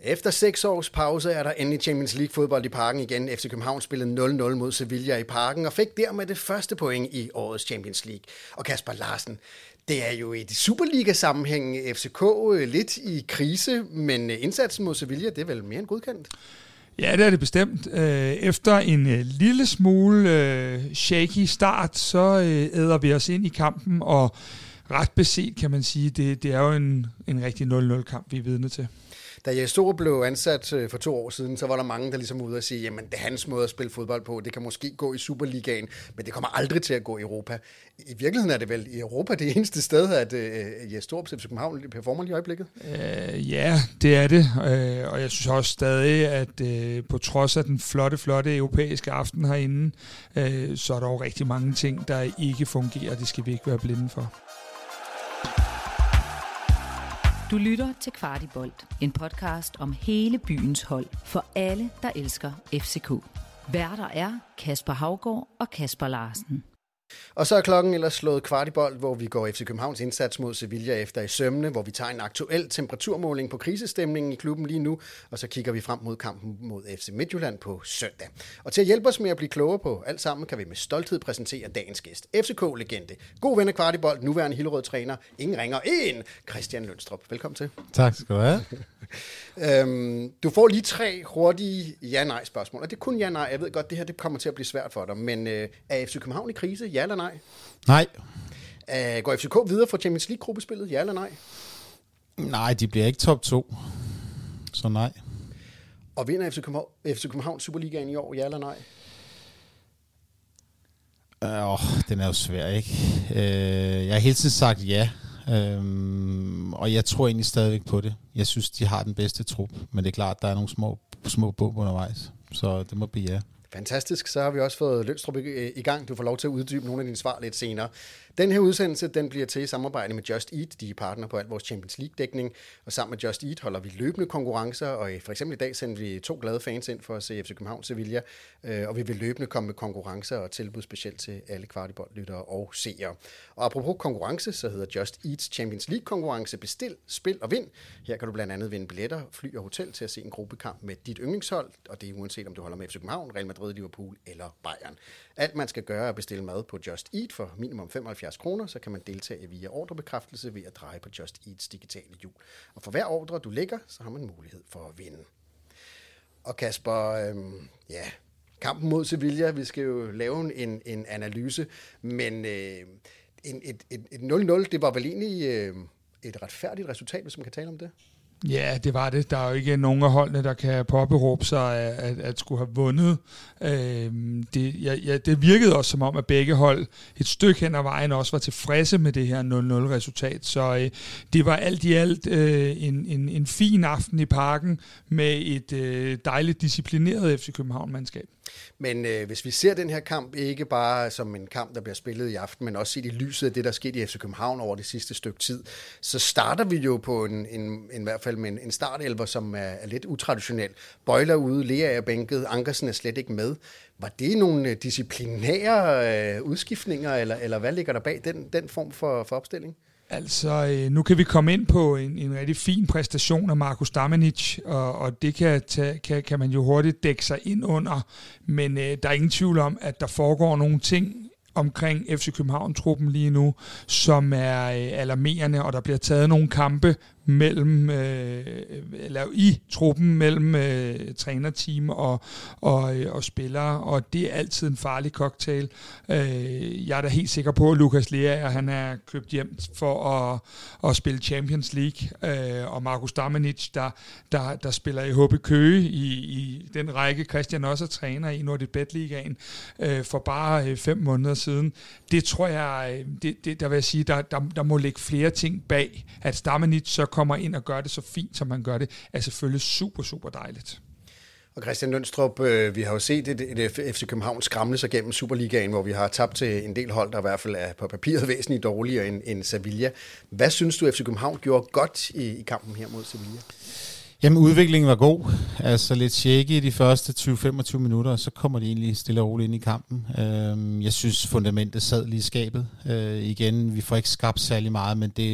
Efter 6 års pause er der endelig Champions League fodbold i Parken igen. FC København spillede 0-0 mod Sevilla i Parken og fik dermed det første point i årets Champions League. Og Kasper Larsen, det er jo i de Superliga-sammenhæng FCK lidt i krise, men indsatsen mod Sevilla, det er vel mere end godkendt? Ja, det er det bestemt. Efter en lille smule shaky start, så æder vi os ind i kampen, og ret beset kan man sige, det er jo en rigtig 0-0-kamp, vi er vidne til. Da Jes Torup blev ansat for 2 år siden, så var der mange, der ligesom var ude og sige, jamen det er hans måde at spille fodbold på, det kan måske gå i Superligaen, men det kommer aldrig til at gå i Europa. I virkeligheden er det vel i Europa det eneste sted, at Jes Torup til FC København performer lige i øjeblikket? Ja, det er det, og jeg synes også stadig, at på trods af den flotte europæiske aften herinde, så er der jo rigtig mange ting, der ikke fungerer, det skal vi ikke være blinde for. Du lytter til Kvartibolt, en podcast om hele byens hold for alle, der elsker FCK. Værter er Kasper Haugaard og Kasper Larsen. Og så er klokken ellers slået Kvartibolt, hvor vi går FC Københavns indsats mod Sevilla efter i sømne, hvor vi tager en aktuel temperaturmåling på krisestemningen i klubben lige nu, og så kigger vi frem mod kampen mod FC Midtjylland på søndag. Og til at hjælpe os med at blive klogere på alt sammen, kan vi med stolthed præsentere dagens gæst. FCK-legende, god ven af Kvartibolt, nuværende Hillerød-træner, ingen ringer en, Christian Lønstrup. Velkommen til. Tak skal du have. Du får lige 3 hurtige ja-nej-spørgsmål, og det er kun ja-nej. Jeg ved godt, det her det kommer til at blive svært for dig, men er FC København i krise? Ja eller nej? Nej. Går FCK videre for Champions League-gruppespillet? Ja eller nej? Nej, de bliver ikke top 2. Så nej. Og vinder FC København Superligaen i år? Ja eller nej? Den er jo svær, ikke? Jeg har hele tiden sagt ja. Og jeg tror egentlig stadigvæk på det. Jeg synes, de har den bedste trup. Men det er klart, der er nogle små bump undervejs. Så det må blive ja. Fantastisk. Så har vi også fået Lønstrup i gang. Du får lov til at uddybe nogle af dine svar lidt senere. Den her udsendelse, den bliver til i samarbejde med Just Eat. De er partner på al vores Champions League-dækning. Og sammen med Just Eat holder vi løbende konkurrencer. Og for eksempel i dag sender vi 2 glade fans ind for at se FC København Sevilla. Og vi vil løbende komme med konkurrencer og tilbud specielt til alle Kvartibolt-lyttere og seere. Og apropos konkurrence, så hedder Just Eats Champions League-konkurrence Bestil, Spil og Vind. Her kan du blandt andet vinde billetter, fly og hotel til at se en gruppekamp med dit yndlingshold. Og det er uanset om du holder med FC København, Real Madrid, Liverpool eller Bayern. Alt man skal gøre er at bestille mad på Just Eat for minimum 75 kroner, så kan man deltage via ordrebekræftelse ved at dreje på Just Eats digitale hjul. Og for hver ordre du lægger, så har man mulighed for at vinde. Og Kasper, kampen mod Sevilla, vi skal jo lave en analyse, men et 0-0, det var vel egentlig et retfærdigt resultat, hvis man kan tale om det? Ja, det var det. Der er jo ikke nogen af holdene, der kan påberåbe sig at skulle have vundet. Det virkede også som om, at begge hold et stykke hen ad vejen også var tilfredse med det her 0-0-resultat. Så det var alt i alt en fin aften i Parken med et dejligt disciplineret FC København-mandskab. Men hvis vi ser den her kamp ikke bare som en kamp, der bliver spillet i aften, men også set i lyset af det, der skete i FC København over det sidste stykke tid, så starter vi jo på i hvert fald med en startelver, som er lidt utraditionel. Bøjler ude, Lea er bænket, Ankersen er slet ikke med. Var det nogle disciplinære udskiftninger, eller hvad ligger der bag den form for opstilling? Altså, nu kan vi komme ind på en rigtig fin præstation af Marko Stamenic, og det kan man jo hurtigt dække sig ind under, men der er ingen tvivl om, at der foregår nogle ting omkring FC København-truppen lige nu, som er alarmerende, og der bliver taget nogle kampe i truppen mellem trænerteam og spillere, og det er altid en farlig cocktail. Jeg er da helt sikker på, at Lukas Lea, han er købt hjem for at spille Champions League, og Marko Stamenic, der spiller i HB Køge i den række, Christian også er træner i Nordicbet-ligaen for bare 5 måneder siden. Det tror jeg, der vil jeg sige, der må ligge flere ting bag, at Stamenic så kommer ind og gør det så fint, som man gør det, er selvfølgelig super, super dejligt. Og Christian Lønstrup, vi har jo set et FC København skramle sig gennem Superligaen, hvor vi har tabt til en del hold, der i hvert fald er på papiret væsentligt dårligere end Sevilla. Hvad synes du, FC København gjorde godt i kampen her mod Sevilla? Jamen, udviklingen var god. Altså lidt shaky i de første 20-25 minutter, og så kommer de egentlig stille og roligt ind i kampen. Jeg synes, fundamentet sad lige i skabet. Igen, vi får ikke skabt særlig meget, men det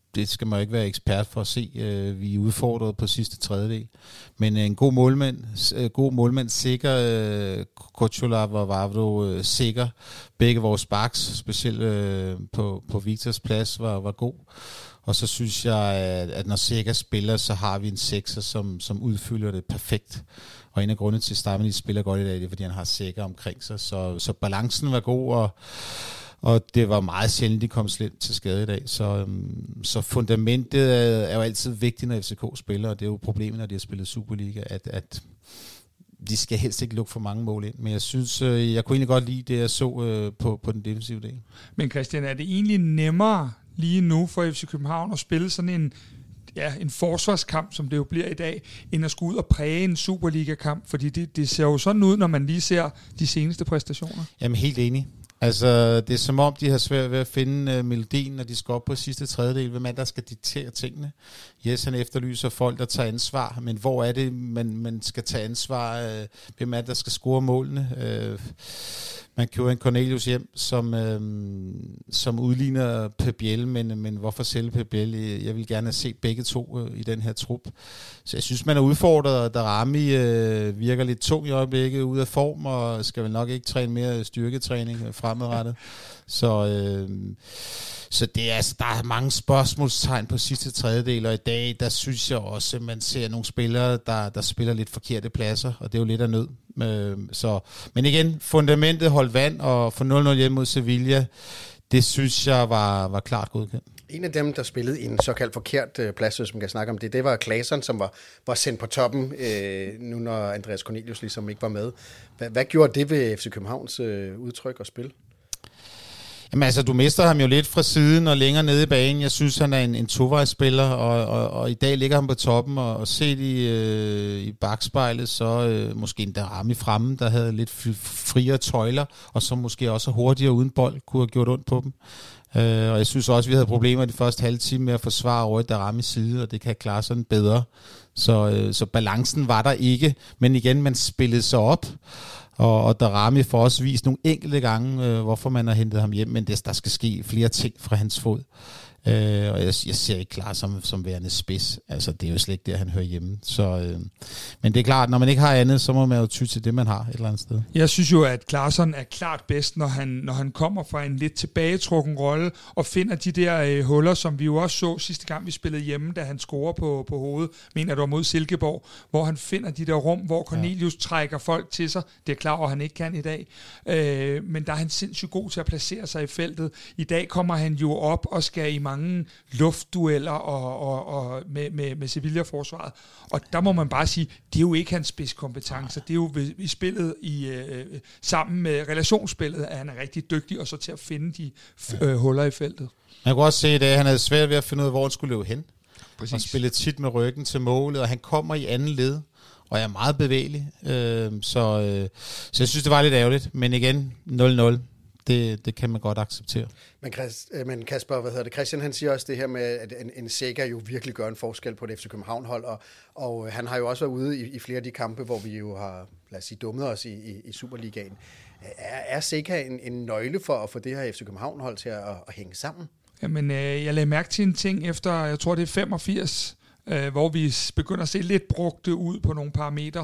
det skal man jo ikke være ekspert for at se. Vi er udfordret på sidste tredjedel. Men en god målmand sikker, Kochulov og Vavro sikker. Begge vores backs, specielt på Victors plads, var god. Og så synes jeg, at når Sikker spiller, så har vi en sekser, som udfylder det perfekt. Og en af grundene til, at Stammenich spiller godt i dag, det er, fordi han har Sikker omkring sig. Så balancen var god, og det var meget sjældent, de kom slemt til skade i dag. Så fundamentet er jo altid vigtigt, når FCK spiller, og det er jo problemet, når de har spillet Superliga, at de skal helst ikke lukke for mange mål ind. Men jeg synes, jeg kunne egentlig godt lide det, jeg så på den defensive del. Men Christian, er det egentlig nemmere lige nu for FC København at spille sådan en forsvarskamp, som det jo bliver i dag, end at skulle ud og præge en Superliga-kamp? Fordi det ser jo sådan ud, når man lige ser de seneste præstationer. Jamen helt enig. Altså, det er som om, de har svært ved at finde melodien, når de skal op på sidste tredjedel. Hvem er der skal diktere tingene? Yes, han efterlyser folk, der tager ansvar, men hvor er det, man skal tage ansvar? Hvem er det, der skal score målene? Man køber en Cornelius hjem, som udligner Pep Biel, men hvorfor sælge Pep Biel? Jeg vil gerne se begge to i den her trup. Så jeg synes, man er udfordret, og Darami virker lidt tung i øjeblikket, ude af form, og skal vel nok ikke træne mere styrketræning fremadrettet. Så det er, altså, der er mange spørgsmålstegn på sidste tredjedel, og i dag, der synes jeg også, at man ser nogle spillere, der spiller lidt forkerte pladser, og det er jo lidt af nød. Men igen, fundamentet holdt vand, og for 0-0 hjem mod Sevilla, det synes jeg var klart godkendt. En af dem, der spillede i en såkaldt forkert plads, hvis man kan snakke om det var Claesson, som var sendt på toppen, nu når Andreas Cornelius ligesom ikke var med. Hvad gjorde det ved FC Københavns udtryk og spil? Jamen altså, du mister ham jo lidt fra siden og længere nede i banen. Jeg synes, han er en tovejsspiller, og i dag ligger han på toppen, og set i bagspejlet, så måske en Darami fremme, der havde lidt friere tøjler, og så måske også hurtigere uden bold, kunne have gjort ondt på dem. Og jeg synes også, vi havde problemer i de første halve time med at forsvare over i Daramis side, og det kan klare sådan bedre. Så balancen var der ikke, men igen, man spillede sig op, og Darami får også vist nogle enkelte gange, hvorfor man har hentet ham hjem, men der skal ske flere ting fra hans fod. Og jeg ser ikke klar som værende spids. Altså, det er jo slet ikke der, han hører hjemme. Men det er klart, når man ikke har andet, så må man jo ty til det, man har et eller andet sted. Jeg synes jo, at Claesson er klart bedst, når han kommer fra en lidt tilbagetrukken rolle og finder de der huller, som vi jo også så sidste gang, vi spillede hjemme, da han scorer på hovedet, mener du, mod Silkeborg, hvor han finder de der rum, hvor Cornelius trækker folk til sig. Det er klar over, at han ikke kan i dag. Men der er han sindssygt god til at placere sig i feltet. I dag kommer han jo op og skal i mange luftdueller og med Sevilla-forsvaret. Og der må man bare sige, det er jo ikke hans spidskompetencer. Det er jo i spillet sammen med relationsspillet, at han er rigtig dygtig, og så til at finde de huller i feltet. Man kunne også se i dag, at han havde svært ved at finde ud af, hvor han skulle løbe hen. Præcis. Og spille tit med ryggen til målet, og han kommer i anden led, og er meget bevægelig. Så jeg synes, det var lidt ærgerligt. Men igen, 0-0. Det kan man godt acceptere. Men Kasper, Christian han siger også det her med, at en Sega jo virkelig gør en forskel på det FC København-hold, og han har jo også været ude i flere af de kampe, hvor vi jo har, lad os sige, dummet os i Superligaen. Er Sega en nøgle for at få det her FC København-hold til at hænge sammen? Jamen, jeg lagde mærke til en ting efter, jeg tror det er 85, hvor vi begynder at se lidt brugte ud på nogle parametre.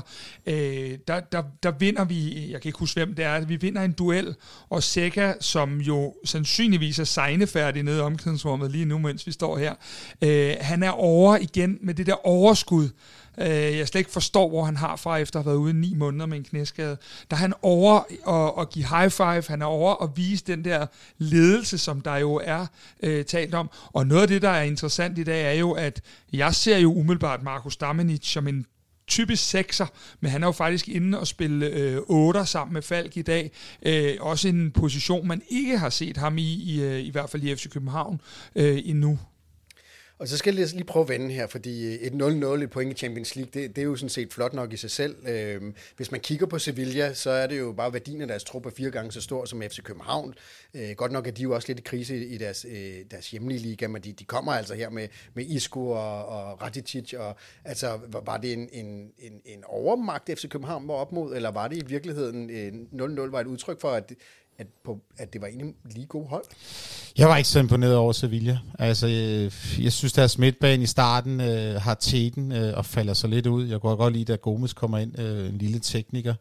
Der vinder vi, jeg kan ikke huske hvem det er, vi vinder en duel, og Sega, som jo sandsynligvis er sejnefærdig nede i omklædningsrummet lige nu, mens vi står her, han er over igen med det der overskud. Jeg slet ikke forstår, hvor han har fra, efter at have været ude 9 måneder med en knæskade. Der er han over at give high five, han er over at vise den der ledelse, som der jo er talt om. Og noget af det, der er interessant i dag, er jo, at jeg ser jo umiddelbart Marko Stammenich som en typisk sekser, men han er jo faktisk inde og spille 8'er sammen med Falk i dag. Også en position, man ikke har set ham i hvert fald i FC København endnu. Og så skal jeg lige prøve at vende her, fordi et 0-0, et point i Champions League, det er jo sådan set flot nok i sig selv. Hvis man kigger på Sevilla, så er det jo bare værdien af deres trup er 4 gange så stor som FC København. Godt nok er de jo også lidt i krise i deres hjemlige liga, men de kommer altså her med Isco og Rakitic. Og, altså, var det en overmagt FC København var op mod, eller var det i virkeligheden 0-0 var et udtryk for, at at det var egentlig lige god hold? Jeg var ikke så imponeret over Sevilla. Altså, jeg synes, deres midtbane i starten har teten og falder så lidt ud. Jeg kunne godt lide, at Gomes kommer ind, en lille tekniker.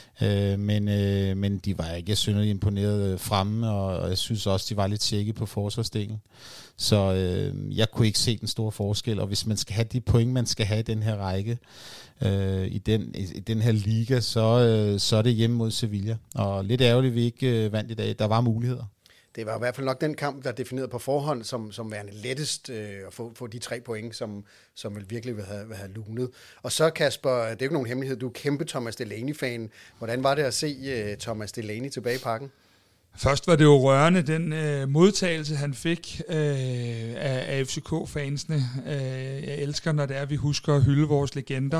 Men de var ikke synderligt imponeret fremme, og jeg synes også, de var lidt tjekke på forsvarsdelen. Så jeg kunne ikke se den store forskel, og hvis man skal have de point, man skal have i den her række, i den her liga, så er det hjemme mod Sevilla. Og lidt ærgerligt, vi ikke vandt i dag. Der var muligheder. Det var i hvert fald nok den kamp, der defineret på forhånd som værende lettest at få de 3 point, som vil virkelig vil have lunet. Og så, Kasper, det er jo ikke nogen hemmelighed, du er kæmpe Thomas Delaney-fan. Hvordan var det at se Thomas Delaney tilbage i parken? Først var det jo rørende, den modtagelse, han fik af FCK-fansene. Jeg elsker, når det er, vi husker at hylde vores legender.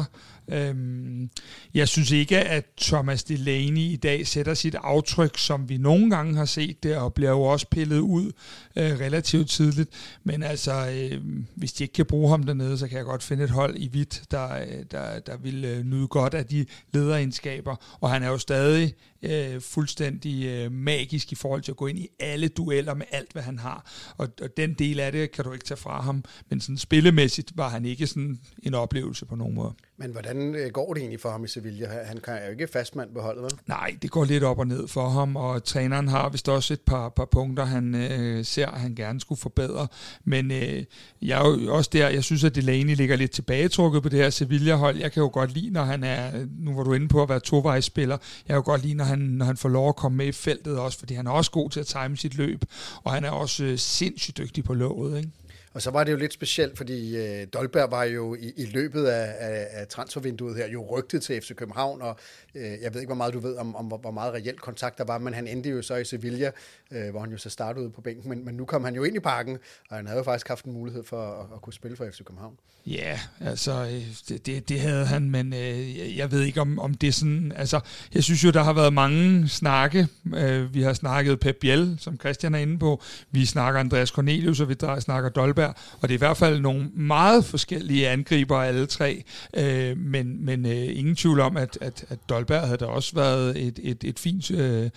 Jeg synes ikke, at Thomas Delaney i dag sætter sit aftryk, som vi nogle gange har set det, og bliver jo også pillet ud relativt tidligt. Men altså, hvis de ikke kan bruge ham dernede, så kan jeg godt finde et hold i hvidt, der vil nyde godt af de lederegenskaber. Og han er jo stadig fuldstændig magisk i forhold til at gå ind i alle dueller med alt, hvad han har. Og den del af det kan du ikke tage fra ham. Men sådan spillemæssigt var han ikke sådan en oplevelse på nogen måde. Men hvordan går det egentlig for ham i Sevilla? Han kan jo ikke fastmand på holdet, vel? Nej, det går lidt op og ned for ham, og træneren har vist også et par punkter, han ser, at han gerne skulle forbedre. Men jeg er jo også der, jeg synes, at Delaney ligger lidt tilbagetrukket på det her Sevilla-hold. Jeg kan jo godt lide, når han er, nu var du inde på at være tovejsspiller, jeg kan jo godt lide, når han får lov at komme med i feltet også, fordi han er også god til at time sit løb, og han er også sindssygt dygtig på låget, ikke? Og så var det jo lidt specielt, fordi Dolberg var jo i løbet af transfervinduet her jo rygtet til FC København, og jeg ved ikke, hvor meget du ved om hvor meget reelt kontakt der var, men han endte jo så i Sevilla, hvor han jo så startede på bænken, men nu kom han jo ind i parken, og han havde jo faktisk haft en mulighed for at kunne spille for FC København. Ja, altså det havde han, men jeg ved ikke om det er sådan, altså jeg synes jo, der har været mange snakke. Vi har snakket Pep Biel, som Christian er inde på, vi snakker Andreas Cornelius, og vi snakker Dolberg, og det er i hvert fald nogle meget forskellige angriber alle 3, men ingen tvivl om, at Dolberg havde da også været et fint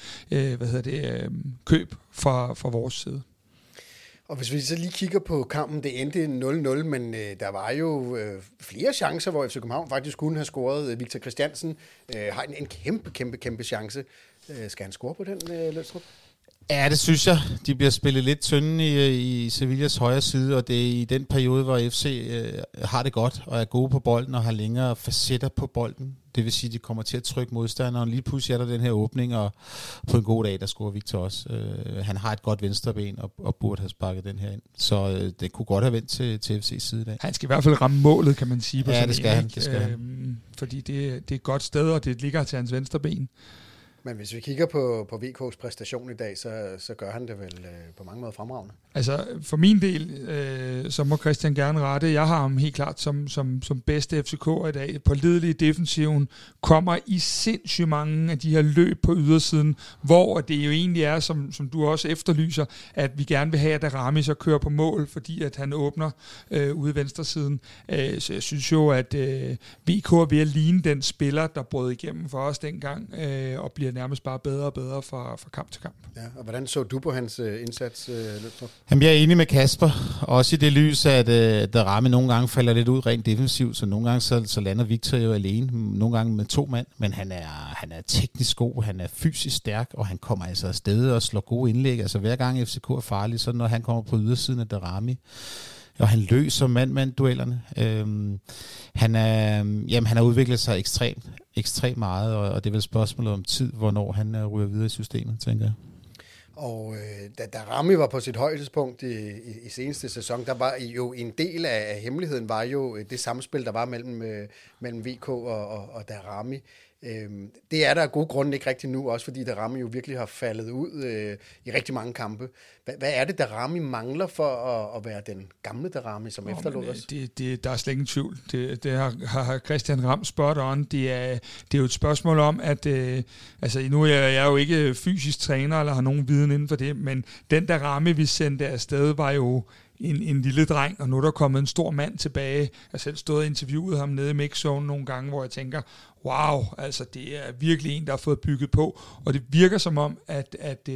køb fra vores side. Og hvis vi så lige kigger på kampen, det endte 0-0, men der var jo flere chancer, hvor FC København faktisk kunne have scoret. Victor Christiansen har en kæmpe chance. Skal han score på den, Lønstrup? Ja, det synes jeg. De bliver spillet lidt tynde i Sevillas højre side, og det er i den periode, hvor FC har det godt og er gode på bolden og har længere facetter på bolden. Det vil sige, at de kommer til at trykke modstanderen. Lige pludselig er der den her åbning, og på en god dag, der scorer Victor også. Han har et godt venstreben og burde have sparket den her ind. Så det kunne godt have vendt til FC's side i dag. Han skal i hvert fald ramme målet, kan man sige. På ja, det skal han. Fordi det er et godt sted, og det ligger til hans venstreben. Men hvis vi kigger på VK's præstation i dag, så gør han det vel på mange måder fremragende. Altså for min del, så må Christian gerne rette. Jeg har ham helt klart som bedste FCK'er i dag. Pålidelig i defensiven, kommer i sindssygt mange af de her løb på ydersiden, hvor det jo egentlig er, som du også efterlyser, at vi gerne vil have, at Darami så kører på mål, fordi at han åbner ude i venstresiden. Så jeg synes jo, at VK er ved at ligne den spiller, der brød igennem for os dengang, og bliver nærmest bare bedre og bedre fra kamp til kamp. Ja, og hvordan så du på hans indsats, Lønstrup? Jamen, jeg er enig med Kasper, også i det lys, at Darami nogle gange falder lidt ud rent defensivt, så nogle gange så lander Victor jo alene, nogle gange med 2 mand, men han er teknisk god, han er fysisk stærk, og han kommer altså afsted og slår gode indlæg. Altså hver gang FCK er farlig, så når han kommer på ydersiden af Darami, og han løser mand-mand-duellerne. Han har udviklet sig ekstremt meget, og det er vel spørgsmålet om tid, hvornår han ryger videre i systemet, tænker jeg. Og da Darami var på sit højdespunkt i seneste sæson, der var jo en del af hemmeligheden, var jo det samspil, der var mellem VK og Darami. Det er der af gode grunde ikke rigtig nu, også fordi Darami jo virkelig har faldet ud i rigtig mange kampe. Hvad er det, Darami mangler for at være den gamle Darami, som efterlod os? Der er slet ingen tvivl. Det har Christian Ram spurgt on. Det er jo et spørgsmål om, at nu er jeg jo ikke fysisk træner, eller har nogen viden inden for det, men den Darami, vi sendte afsted, var jo en lille dreng, og nu er der kommet en stor mand tilbage. Jeg har selv stået og interviewet ham nede i mixzone nogle gange, hvor jeg tænker, wow, altså det er virkelig en, der har fået bygget på, og det virker som om, at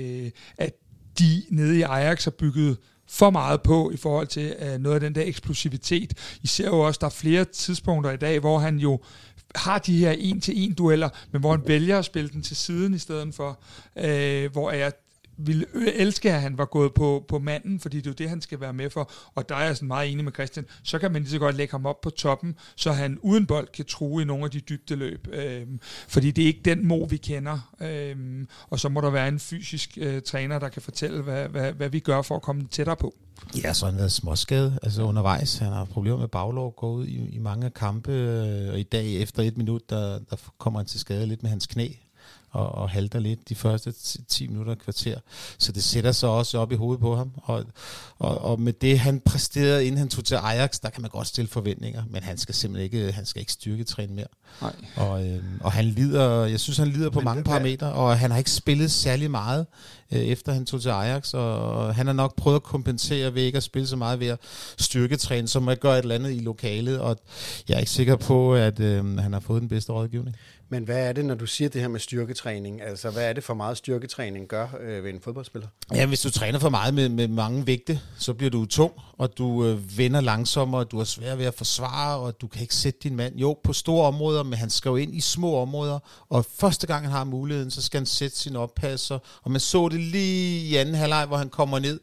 de nede i Ajax har bygget for meget på i forhold til noget af den der eksplosivitet. I ser jo også, der er flere tidspunkter i dag, hvor han jo har de her 1-til-1 dueller, men hvor han vælger at spille den til siden i stedet for, hvor jeg ville elske, at han var gået på manden, fordi det er jo det, han skal være med for, og der er jeg sådan meget enig med Christian, så kan man lige så godt lægge ham op på toppen, så han uden bold kan true i nogle af de dybdeløb, fordi det er ikke den Mo, vi kender, og så må der være en fysisk træner, der kan fortælle, hvad vi gør for at komme tættere på. Ja, så har han været småskadet undervejs. Han har problemer med baglov, går ud i mange kampe, og i dag efter 1 minut, der kommer han til skade lidt med hans knæ, og halter lidt de første 10 minutter kvarter. Så det sætter sig også op i hovedet på ham. Og med det, han præsterede, inden han tog til Ajax, der kan man godt stille forventninger, men han skal simpelthen ikke styrketræne mere. Nej. Og han lider, jeg synes, han lider på mange parametre, og han har ikke spillet særlig meget, efter han tog til Ajax, og han har nok prøvet at kompensere ved ikke at spille så meget ved at styrketræne, som at gøre et eller andet i lokalet, og jeg er ikke sikker på, at han har fået den bedste rådgivning. Men hvad er det, når du siger det her med styrketræning? Altså, hvad er det for meget styrketræning gør ved en fodboldspiller? Ja, hvis du træner for meget med mange vægte, så bliver du tung, og du vender langsommere, og du har svært ved at forsvare, og du kan ikke sætte din mand. Jo, på store områder, men han skal jo ind i små områder, og første gang han har muligheden, så skal han sætte sin oppasser, og man så det lige i anden halvleg, hvor han kommer ned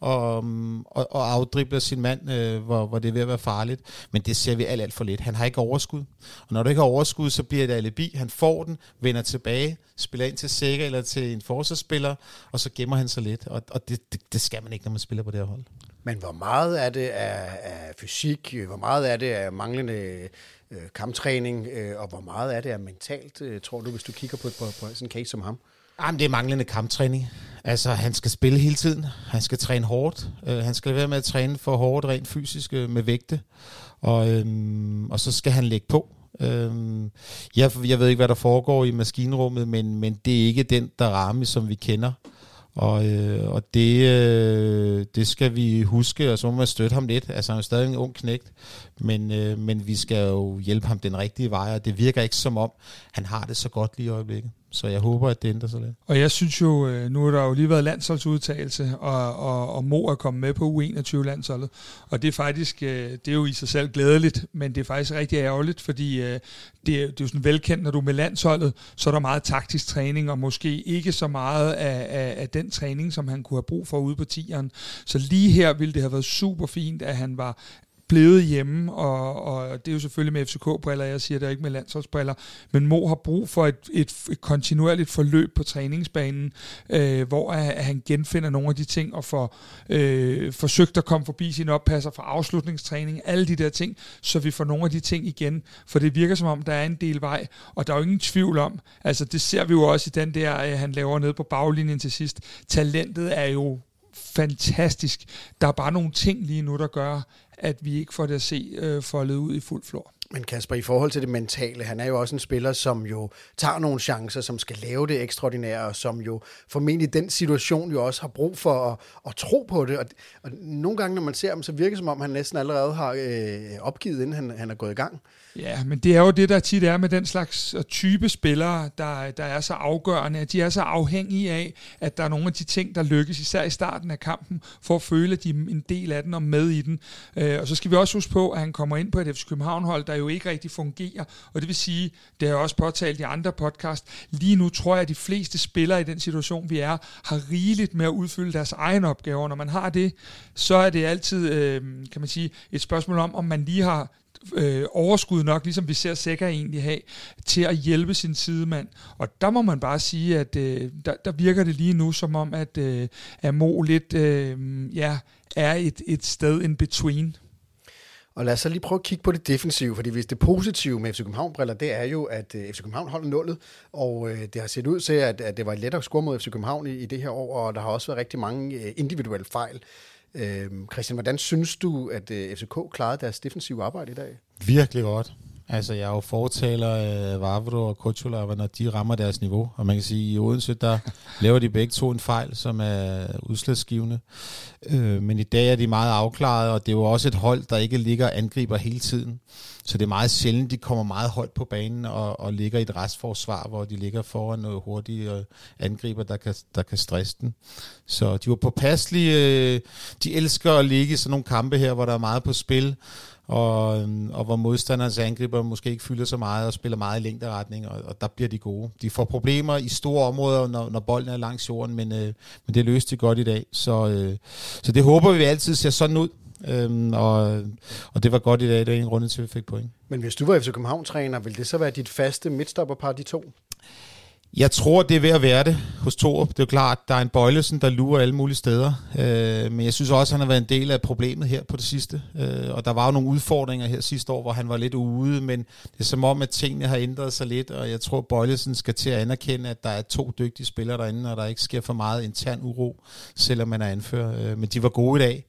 og afdribler sin mand, hvor det er ved at være farligt. Men det ser vi alt for lidt. Han har ikke overskud. Og når du ikke har overskud, så bliver det alibi. Han får den, vender tilbage, spiller ind til Sækker eller til en forsvarsspiller, og så gemmer han sig lidt. Og det skal man ikke, når man spiller på det her hold. Men hvor meget af det er fysik? Hvor meget af det er manglende kamptræning? Og hvor meget af det er mentalt, tror du, hvis du kigger på sådan en case som ham? Jamen, det er manglende kamptræning. Altså, han skal spille hele tiden. Han skal træne hårdt. Han skal være med at træne for hårdt, rent fysisk, med vægte. Og så skal han lægge på. Jeg ved ikke, hvad der foregår i maskinrummet, men det er ikke den, der ramme, som vi kender. Og det skal vi huske, og så må man støtte ham lidt. Altså, han er jo stadig en ung knægt, men vi skal jo hjælpe ham den rigtige vej, og det virker ikke som om, han har det så godt lige i øjeblikket. Så jeg håber, at det ændrer sig lidt. Og jeg synes jo, nu har der jo lige været landsholdsudtagelse, og Mo er kommet med på U21-landsholdet. Og det er faktisk, det er jo i sig selv glædeligt, men det er faktisk rigtig ærgerligt, fordi det er jo sådan velkendt, når du er med landsholdet, så er der meget taktisk træning, og måske ikke så meget af den træning, som han kunne have brug for ude på tieren. Så lige her ville det have været super fint, at han var blevet hjemme, og det er jo selvfølgelig med FCK-briller, jeg siger det ikke med landsholdsbriller, men Mo har brug for et kontinuerligt forløb på træningsbanen, hvor han genfinder nogle af de ting, og får forsøgt at komme forbi sine oppasser fra afslutningstræning, alle de der ting, så vi får nogle af de ting igen, for det virker som om, der er en del vej, og der er jo ingen tvivl om, altså det ser vi jo også i den der, han laver ned på baglinjen til sidst, talentet er jo fantastisk, der er bare nogle ting lige nu, der gør, at vi ikke får det at se foldet ud i fuld flor. Men Kasper, i forhold til det mentale, han er jo også en spiller, som jo tager nogle chancer, som skal lave det ekstraordinære, og som jo formentlig i den situation jo også har brug for at tro på det. Og nogle gange, når man ser ham, så virker det som om, han næsten allerede har opgivet, inden han er gået i gang. Ja, men det er jo det, der tit er med den slags type spillere, der er så afgørende, at de er så afhængige af, at der er nogle af de ting, der lykkes, især i starten af kampen, for at føle, at de er en del af den og med i den. Og så skal vi også huske på, at han kommer ind på et FC København-hold, der jo ikke rigtig fungerer, og det vil sige, det har jeg også påtalt i andre podcast, lige nu tror jeg, at de fleste spillere i den situation, vi er, har rigeligt med at udfylde deres egen opgaver. Når man har det, så er det altid, kan man sige, et spørgsmål om man lige har overskud nok, ligesom vi ser Sækker egentlig have, til at hjælpe sin sidemand. Og der må man bare sige, at der virker det lige nu, som om, at Mo lidt er et sted in between. Og lad os så lige prøve at kigge på det defensive, fordi hvis det positive med FC København-briller, det er jo, at FC København holder nullet, og det har set ud til, at det var let at score mod FC København i det her år, og der har også været rigtig mange individuelle fejl. Christian, hvordan synes du, at FCK klarede deres defensive arbejde i dag? Virkelig godt. Altså, jeg er jo fortaler af Vavro og Kochulava, når de rammer deres niveau. Og man kan sige, at i Odense, der laver de begge to en fejl, som er udslagsgivende. Men i dag er de meget afklaret, og det er jo også et hold, der ikke ligger og angriber hele tiden. Så det er meget sjældent, de kommer meget højt på banen og ligger i et restforsvar, hvor de ligger foran noget hurtige angriber, der kan stresse den. Så de var påpasselige. De elsker at ligge i sådan nogle kampe her, hvor der er meget på spil, og hvor modstanderens angriber måske ikke fylder så meget og spiller meget i længderetning, og der bliver de gode. De får problemer i store områder, når bolden er langs jorden, men det løste de godt i dag. Så det håber vi altid ser sådan ud. Og det var godt i dag, det er en runde til, vi fik point. Men hvis du var FC København-træner, ville det så være dit faste midtstopperpar, de to? Jeg tror, det er ved at være det hos Thorup. Det er jo klart, der er en Bøjlesen, der lurer alle mulige steder. Men jeg synes også, han har været en del af problemet her på det sidste. Og der var jo nogle udfordringer her sidste år, hvor han var lidt ude, men det er som om, at tingene har ændret sig lidt, og jeg tror, Bøjlesen skal til at anerkende, at der er 2 dygtige spillere derinde, og der ikke sker for meget intern uro, selvom man er anfører. Men de var gode i dag.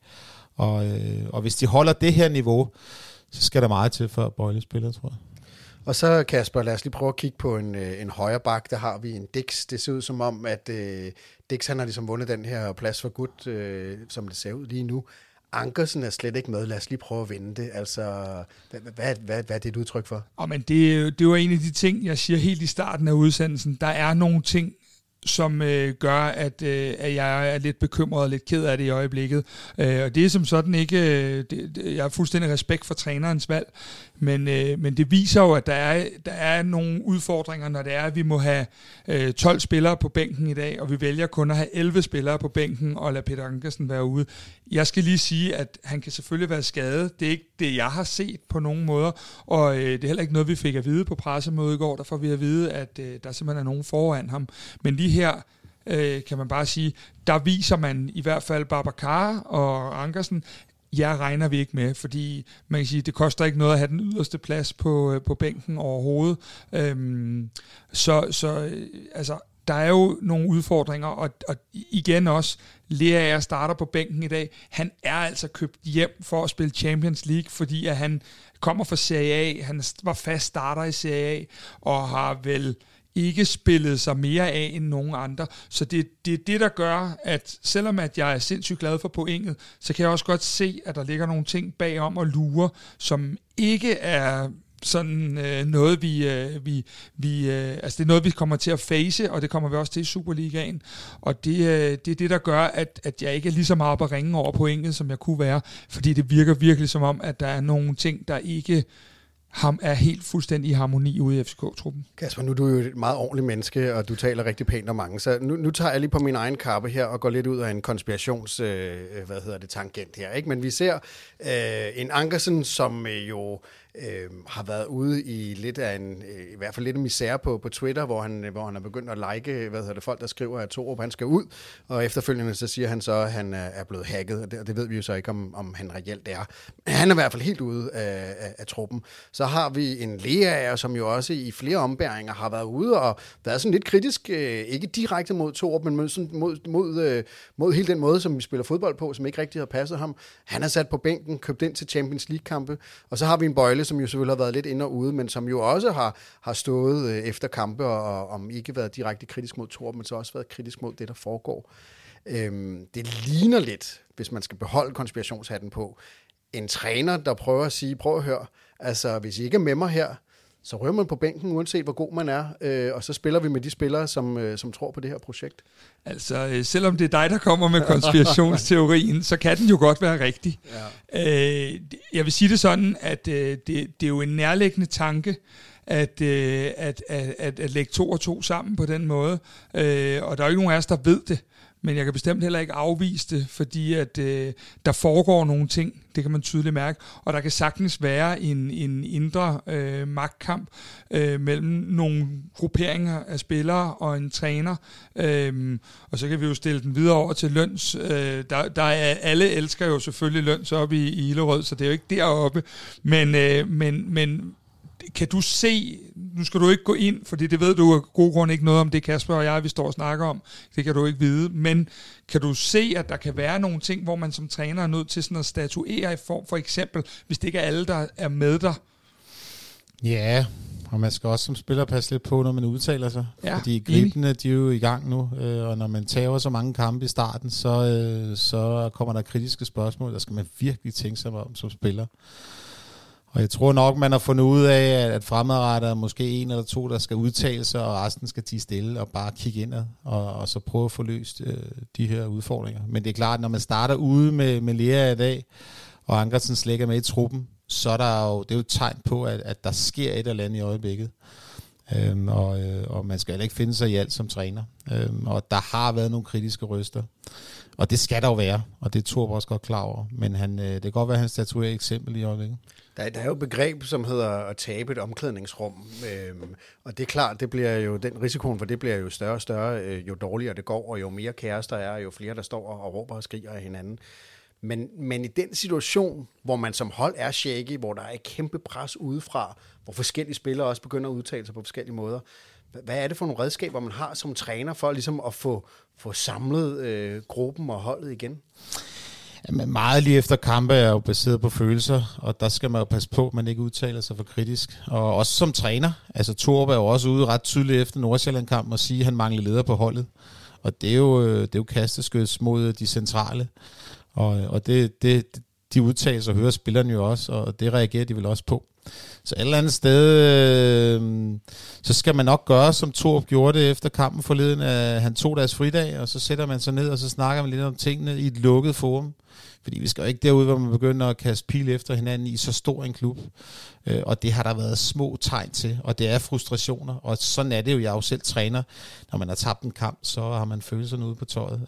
Og hvis de holder det her niveau, så skal der meget til for Bøjle spiller, tror jeg. Og så, Kasper, lad os lige prøve at kigge på en højre bak. Der har vi en Dix. Det ser ud som om, at Dix han har ligesom vundet den her plads for godt, som det ser ud lige nu. Ankersen er slet ikke med. Lad os lige prøve at vinde det. Altså, hvad er det et udtryk for? Men det var en af de ting, jeg siger helt i starten af udsendelsen. Der er nogle ting, som gør, at jeg er lidt bekymret og lidt ked af det i øjeblikket. Og det er som sådan ikke... jeg har fuldstændig respekt for trænerens valg, men det viser jo, at der er nogle udfordringer, når det er, at vi må have 12 spillere på bænken i dag, og vi vælger kun at have 11 spillere på bænken og lade Peter Ankersen være ude. Jeg skal lige sige, at han kan selvfølgelig være skadet. Det er ikke det, jeg har set på nogen måder, og det er heller ikke noget, vi fik at vide på pressemødet i går. Der får vi at vide, at der simpelthen er nogen foran ham. Men lige her kan man bare sige, der viser man i hvert fald Babacar og Ankersen, regner vi ikke med, fordi man kan sige, det koster ikke noget at have den yderste plads på bænken overhovedet. Altså, der er jo nogle udfordringer, og igen også, Lea starter på bænken i dag. Han er altså købt hjem for at spille Champions League, fordi at han kommer fra Serie A. Han var fast starter i Serie A, og har vel ikke spillet sig mere af end nogen andre. Så det er det, der gør, at selvom at jeg er sindssygt glad for pointet, så kan jeg også godt se, at der ligger nogle ting bagom og lure, som ikke er sådan noget, altså det er noget, vi kommer til at face, og det kommer vi også til i Superligaen. Og det er det, der gør, at jeg ikke er lige så meget op at ringe over pointet, som jeg kunne være, fordi det virker virkelig som om, at der er nogle ting, der ikke er helt fuldstændig i harmoni ude i FCK-truppen. Kasper, nu er du jo et meget ordentligt menneske, og du taler rigtig pænt om mange, så nu tager jeg lige på min egen kappe her og går lidt ud af en konspirations, tangent her, ikke? Men vi ser en Ankersen, som jo har været ude i lidt af i hvert fald lidt en misære på Twitter, hvor han er begyndt at like, folk, der skriver, at Thorup han skal ud, og efterfølgende så siger han så, at han er blevet hacket, og det ved vi jo så ikke, om han reelt er. Men han er i hvert fald helt ude af truppen. Så har vi en Lea, som jo også i flere ombæringer har været ude og været sådan lidt kritisk, ikke direkte mod Thorup, men mod hele den måde, som vi spiller fodbold på, som ikke rigtig har passet ham. Han er sat på bænken, købt ind til Champions League-kampe, og så har vi en Bøjle, som jo selvfølgelig har været lidt inde og ude, men som jo også har stået efter kampe, og om ikke været direkte kritisk mod Thorup, men så også været kritisk mod det, der foregår. Det ligner lidt, hvis man skal beholde konspirationshatten på, en træner, der prøver at sige, prøv at høre, altså hvis I ikke er med mig her, så rører man på bænken, uanset hvor god man er, og så spiller vi med de spillere, som tror på det her projekt. Altså, selvom det er dig, der kommer med konspirationsteorien, så kan den jo godt være rigtig. Ja. Jeg vil sige det sådan, at det er jo en nærliggende tanke, at lægge 2 og 2 sammen på den måde. Og der er jo ikke nogen af os, der ved det. Men jeg kan bestemt heller ikke afvise det, fordi at der foregår nogle ting, det kan man tydeligt mærke, og der kan sagtens være en indre magtkamp mellem nogle grupperinger af spillere og en træner, og så kan vi jo stille den videre over til Løns. Der er, alle elsker jo selvfølgelig Løns oppe i Hillerød, så det er jo ikke deroppe, men kan du se, nu skal du ikke gå ind, fordi det ved du af god grund ikke noget om det, Kasper og jeg, vi står og snakker om, det kan du ikke vide, men kan du se, at der kan være nogle ting, hvor man som træner er nødt til sådan at statuere i form, for eksempel, hvis det ikke er alle, der er med dig, Ja, og man skal også som spiller passe lidt på, når man udtaler sig. Ja, fordi gribene, de er jo i gang nu, og når man tager så mange kampe i starten, så kommer der kritiske spørgsmål. Der skal man virkelig tænke sig om som spiller. Og jeg tror nok, man har fundet ud af, at fremadrettet er måske en eller to, der skal udtale sig, og resten skal tie stille og bare kigge indad, og så prøve at få løst de her udfordringer. Men det er klart, når man starter ude med Lea i dag, og Ankersen slækker med i truppen, så er der jo, det er jo et tegn på, at der sker et eller andet i øjeblikket. Og man skal heller ikke finde sig i alt som træner. Og der har været nogle kritiske røster. Og det skal der jo være, og det er Torp også godt klar over. Men det kan godt være, at han statuerer eksempel i øjeblikket. Der er jo et begreb, som hedder at tabe et omklædningsrum, og det er klart, det bliver jo, den risikoen for det bliver jo større og større, jo dårligere det går, og jo mere kaos der er, jo flere der står og råber og skriger af hinanden. Men i den situation, hvor man som hold er shaky, hvor der er et kæmpe pres udefra, hvor forskellige spillere også begynder at udtale sig på forskellige måder, hvad er det for nogle redskaber, man har som træner for ligesom at få samlet gruppen og holdet igen? Jamen, meget lige efter kampe er jo baseret på følelser, og der skal man jo passe på, at man ikke udtaler sig for kritisk. Og også som træner, altså Torp er jo også ude ret tydeligt efter Nordsjælland-kampen og sige, at han mangler leder på holdet. Og det er jo kasteskyds mod de centrale. Og de udtalelser hører spillerne jo også, og det reagerer de vel også på. Så et eller andet sted, så skal man nok gøre, som Torp gjorde det efter kampen forleden. Han tog deres fridag, og så sætter man sig ned, og så snakker man lidt om tingene i et lukket forum. Fordi vi skal jo ikke derude, hvor man begynder at kaste pil efter hinanden i så stor en klub. Og det har der været små tegn til, og det er frustrationer. Og sådan er det jo, jeg er jo selv træner. Når man har tabt en kamp, så har man følelserne ude på tøjet.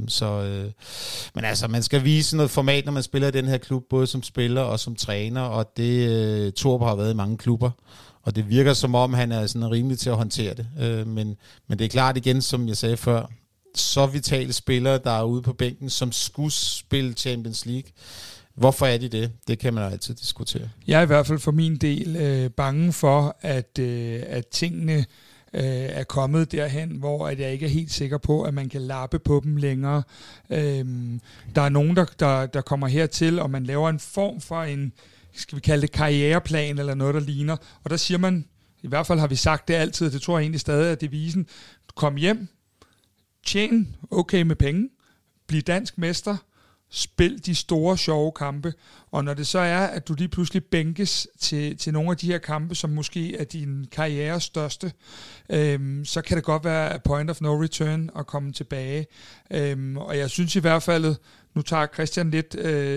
Men altså, man skal vise noget format, når man spiller i den her klub, både som spiller og som træner. Og det Torp har været i mange klubber. Og det virker som om, han er sådan rimelig til at håndtere det. Men det er klart igen, som jeg sagde før, så vitale spillere, der er ude på bænken, som skulle spille Champions League. Hvorfor er de det? Det kan man altid diskutere. Jeg er i hvert fald for min del bange for, at tingene er kommet derhen, hvor at jeg ikke er helt sikker på, at man kan lappe på dem længere. Der er nogen, der kommer hertil, og man laver en form for en, skal vi kalde det karriereplan, eller noget, der ligner. Og der siger man, i hvert fald har vi sagt det altid, det tror jeg egentlig stadig er devisen, kom hjem, tjen okay med penge, bliv dansk mester, spil de store, sjove kampe, og når det så er, at du lige pludselig bænkes til nogle af de her kampe, som måske er din karrieres største, så kan det godt være point of no return at komme tilbage. Og jeg synes i hvert fald, nu tager Christian lidt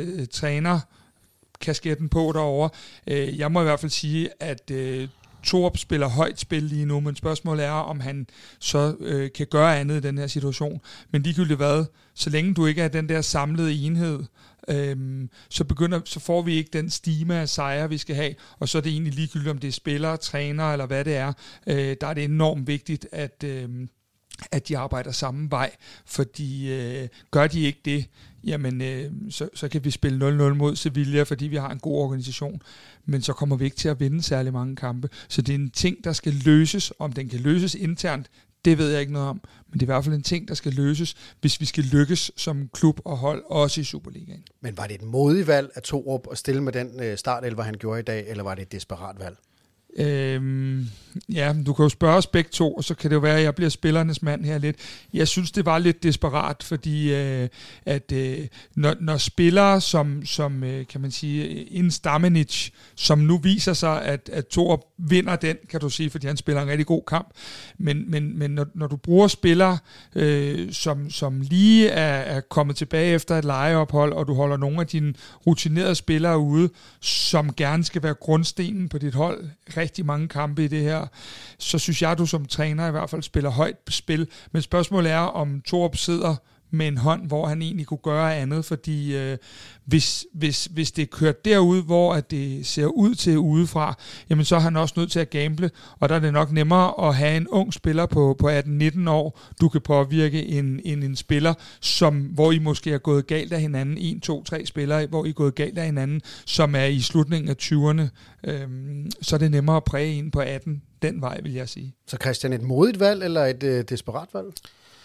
træner-kasketten på derovre. Jeg må i hvert fald sige, at Torp spiller højt spil lige nu, men spørgsmålet er, om han så kan gøre andet i den her situation. Men ligegyldigt hvad, så længe du ikke er den der samlede enhed, så får vi ikke den stime af sejre, vi skal have, og så er det egentlig ligegyldigt, om det er spillere, trænere eller hvad det er. Der er det enormt vigtigt, at de arbejder samme vej, fordi gør de ikke det, jamen så kan vi spille 0-0 mod Sevilla, fordi vi har en god organisation, men så kommer vi ikke til at vinde særlig mange kampe. Så det er en ting, der skal løses. Om den kan løses internt, det ved jeg ikke noget om, men det er i hvert fald en ting, der skal løses, hvis vi skal lykkes som klub og hold, også i Superligaen. Men var det et modigt valg af Torp at stille med den startelver, han gjorde i dag, eller var det et desperat valg? Ja, du kan jo spørge os begge to, og så kan det jo være, at jeg bliver spillernes mand her lidt. Jeg synes, det var lidt desperat, fordi når spillere som kan man sige, en Stamenic, som nu viser sig, at Torp vinder den, kan du sige, fordi han spiller en rigtig god kamp, men når du bruger spillere, som lige er kommet tilbage efter et lejeophold, og du holder nogle af dine rutinerede spillere ude, som gerne skal være grundstenen på dit hold, rigtig mange kampe i det her, så synes jeg, du som træner i hvert fald spiller højt spil. Men spørgsmålet er, om Torp sidder med en hånd, hvor han egentlig kunne gøre andet, fordi hvis det er kørt derud, hvor at det ser ud til udefra, jamen så er han også nødt til at gamble, og der er det nok nemmere at have en ung spiller på 18-19 år, du kan påvirke en spiller, hvor I måske er gået galt af hinanden, 1, 2, 3 spillere, hvor I er gået galt af hinanden, som er i slutningen af 20'erne, så er det nemmere at præge en på 18, den vej vil jeg sige. Så Christian, et modigt valg eller et desperat valg?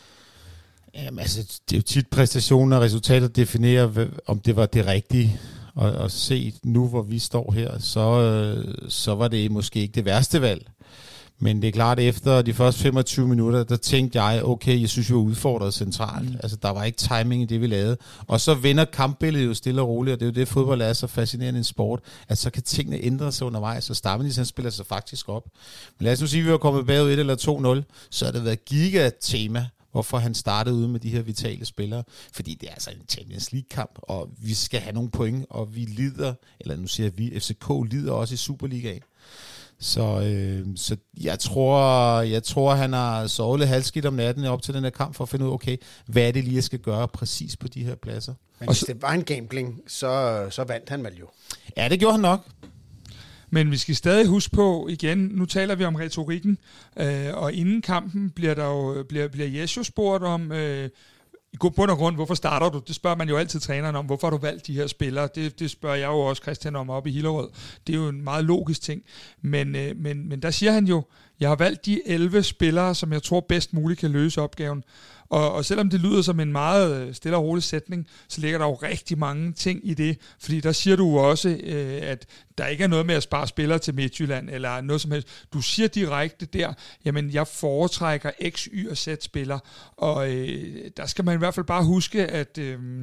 Jamen, altså, det er jo tit præstationen og resultatet definerer, om det var det rigtige. og se nu, hvor vi står her, så var det måske ikke det værste valg. Men det er klart, at efter de første 25 minutter, der tænkte jeg, okay, jeg synes, vi var udfordret centralt. Altså, der var ikke timing i det, vi lavede. Og så vender kampbilledet jo stille og roligt, og det er jo det, fodbold er så fascinerende en sport, at så kan tingene ændre sig undervejs, og Stammenis, han spiller sig faktisk op. Men lad os nu sige, at vi var kommet bagud 1 eller 2-0, så har det været giga-tema, hvorfor han startede ude med de her vitale spillere. Fordi det er altså en Champions League-kamp, og vi skal have nogle point, og vi lider, eller nu siger vi, FCK lider også i Superligaen. Så jeg tror, han har sovet halvskidt om natten op til den her kamp for at finde ud af, okay, hvad er det lige, jeg skal gøre præcis på de her pladser. Men hvis det var en gambling, så vandt han vel jo. Ja, det gjorde han nok. Men vi skal stadig huske på, igen, nu taler vi om retorikken, og inden kampen bliver Jes spurgt om, i bund og grund, hvorfor starter du? Det spørger man jo altid træneren om. Hvorfor har du valgt de her spillere? Det spørger jeg jo også Christian om oppe i Hillerød. Det er jo en meget logisk ting. Men der siger han jo, jeg har valgt de 11 spillere, som jeg tror bedst muligt kan løse opgaven. Og selvom det lyder som en meget stille og rolig sætning, så ligger der jo rigtig mange ting i det. Fordi der siger du også, at der ikke er noget med at spare spillere til Midtjylland, eller noget som helst. Du siger direkte der, jamen jeg foretrækker X, Y og Z spillere. Og der skal man i hvert fald bare huske, at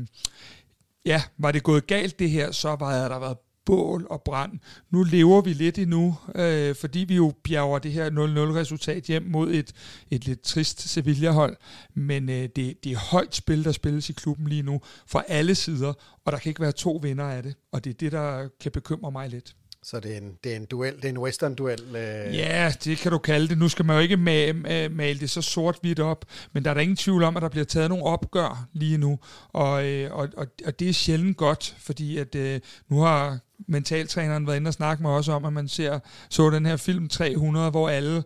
var det gået galt det her, så var der været bål og brand. Nu lever vi lidt endnu, fordi vi jo bjerger det her 0-0-resultat hjem mod et lidt trist Sevilla-hold. Men det er højt spil, der spilles i klubben lige nu, fra alle sider, og der kan ikke være 2 vinder af det. Og det er det, der kan bekymre mig lidt. Så det er en duel, det er en western-duel? Ja, det kan du kalde det. Nu skal man jo ikke male det så sort-hvidt op, men der er der ingen tvivl om, at der bliver taget nogle opgør lige nu. Og det er sjældent godt, fordi at nu har mentaltræneren været inde og snakke med os om, at man så den her film 300, hvor alle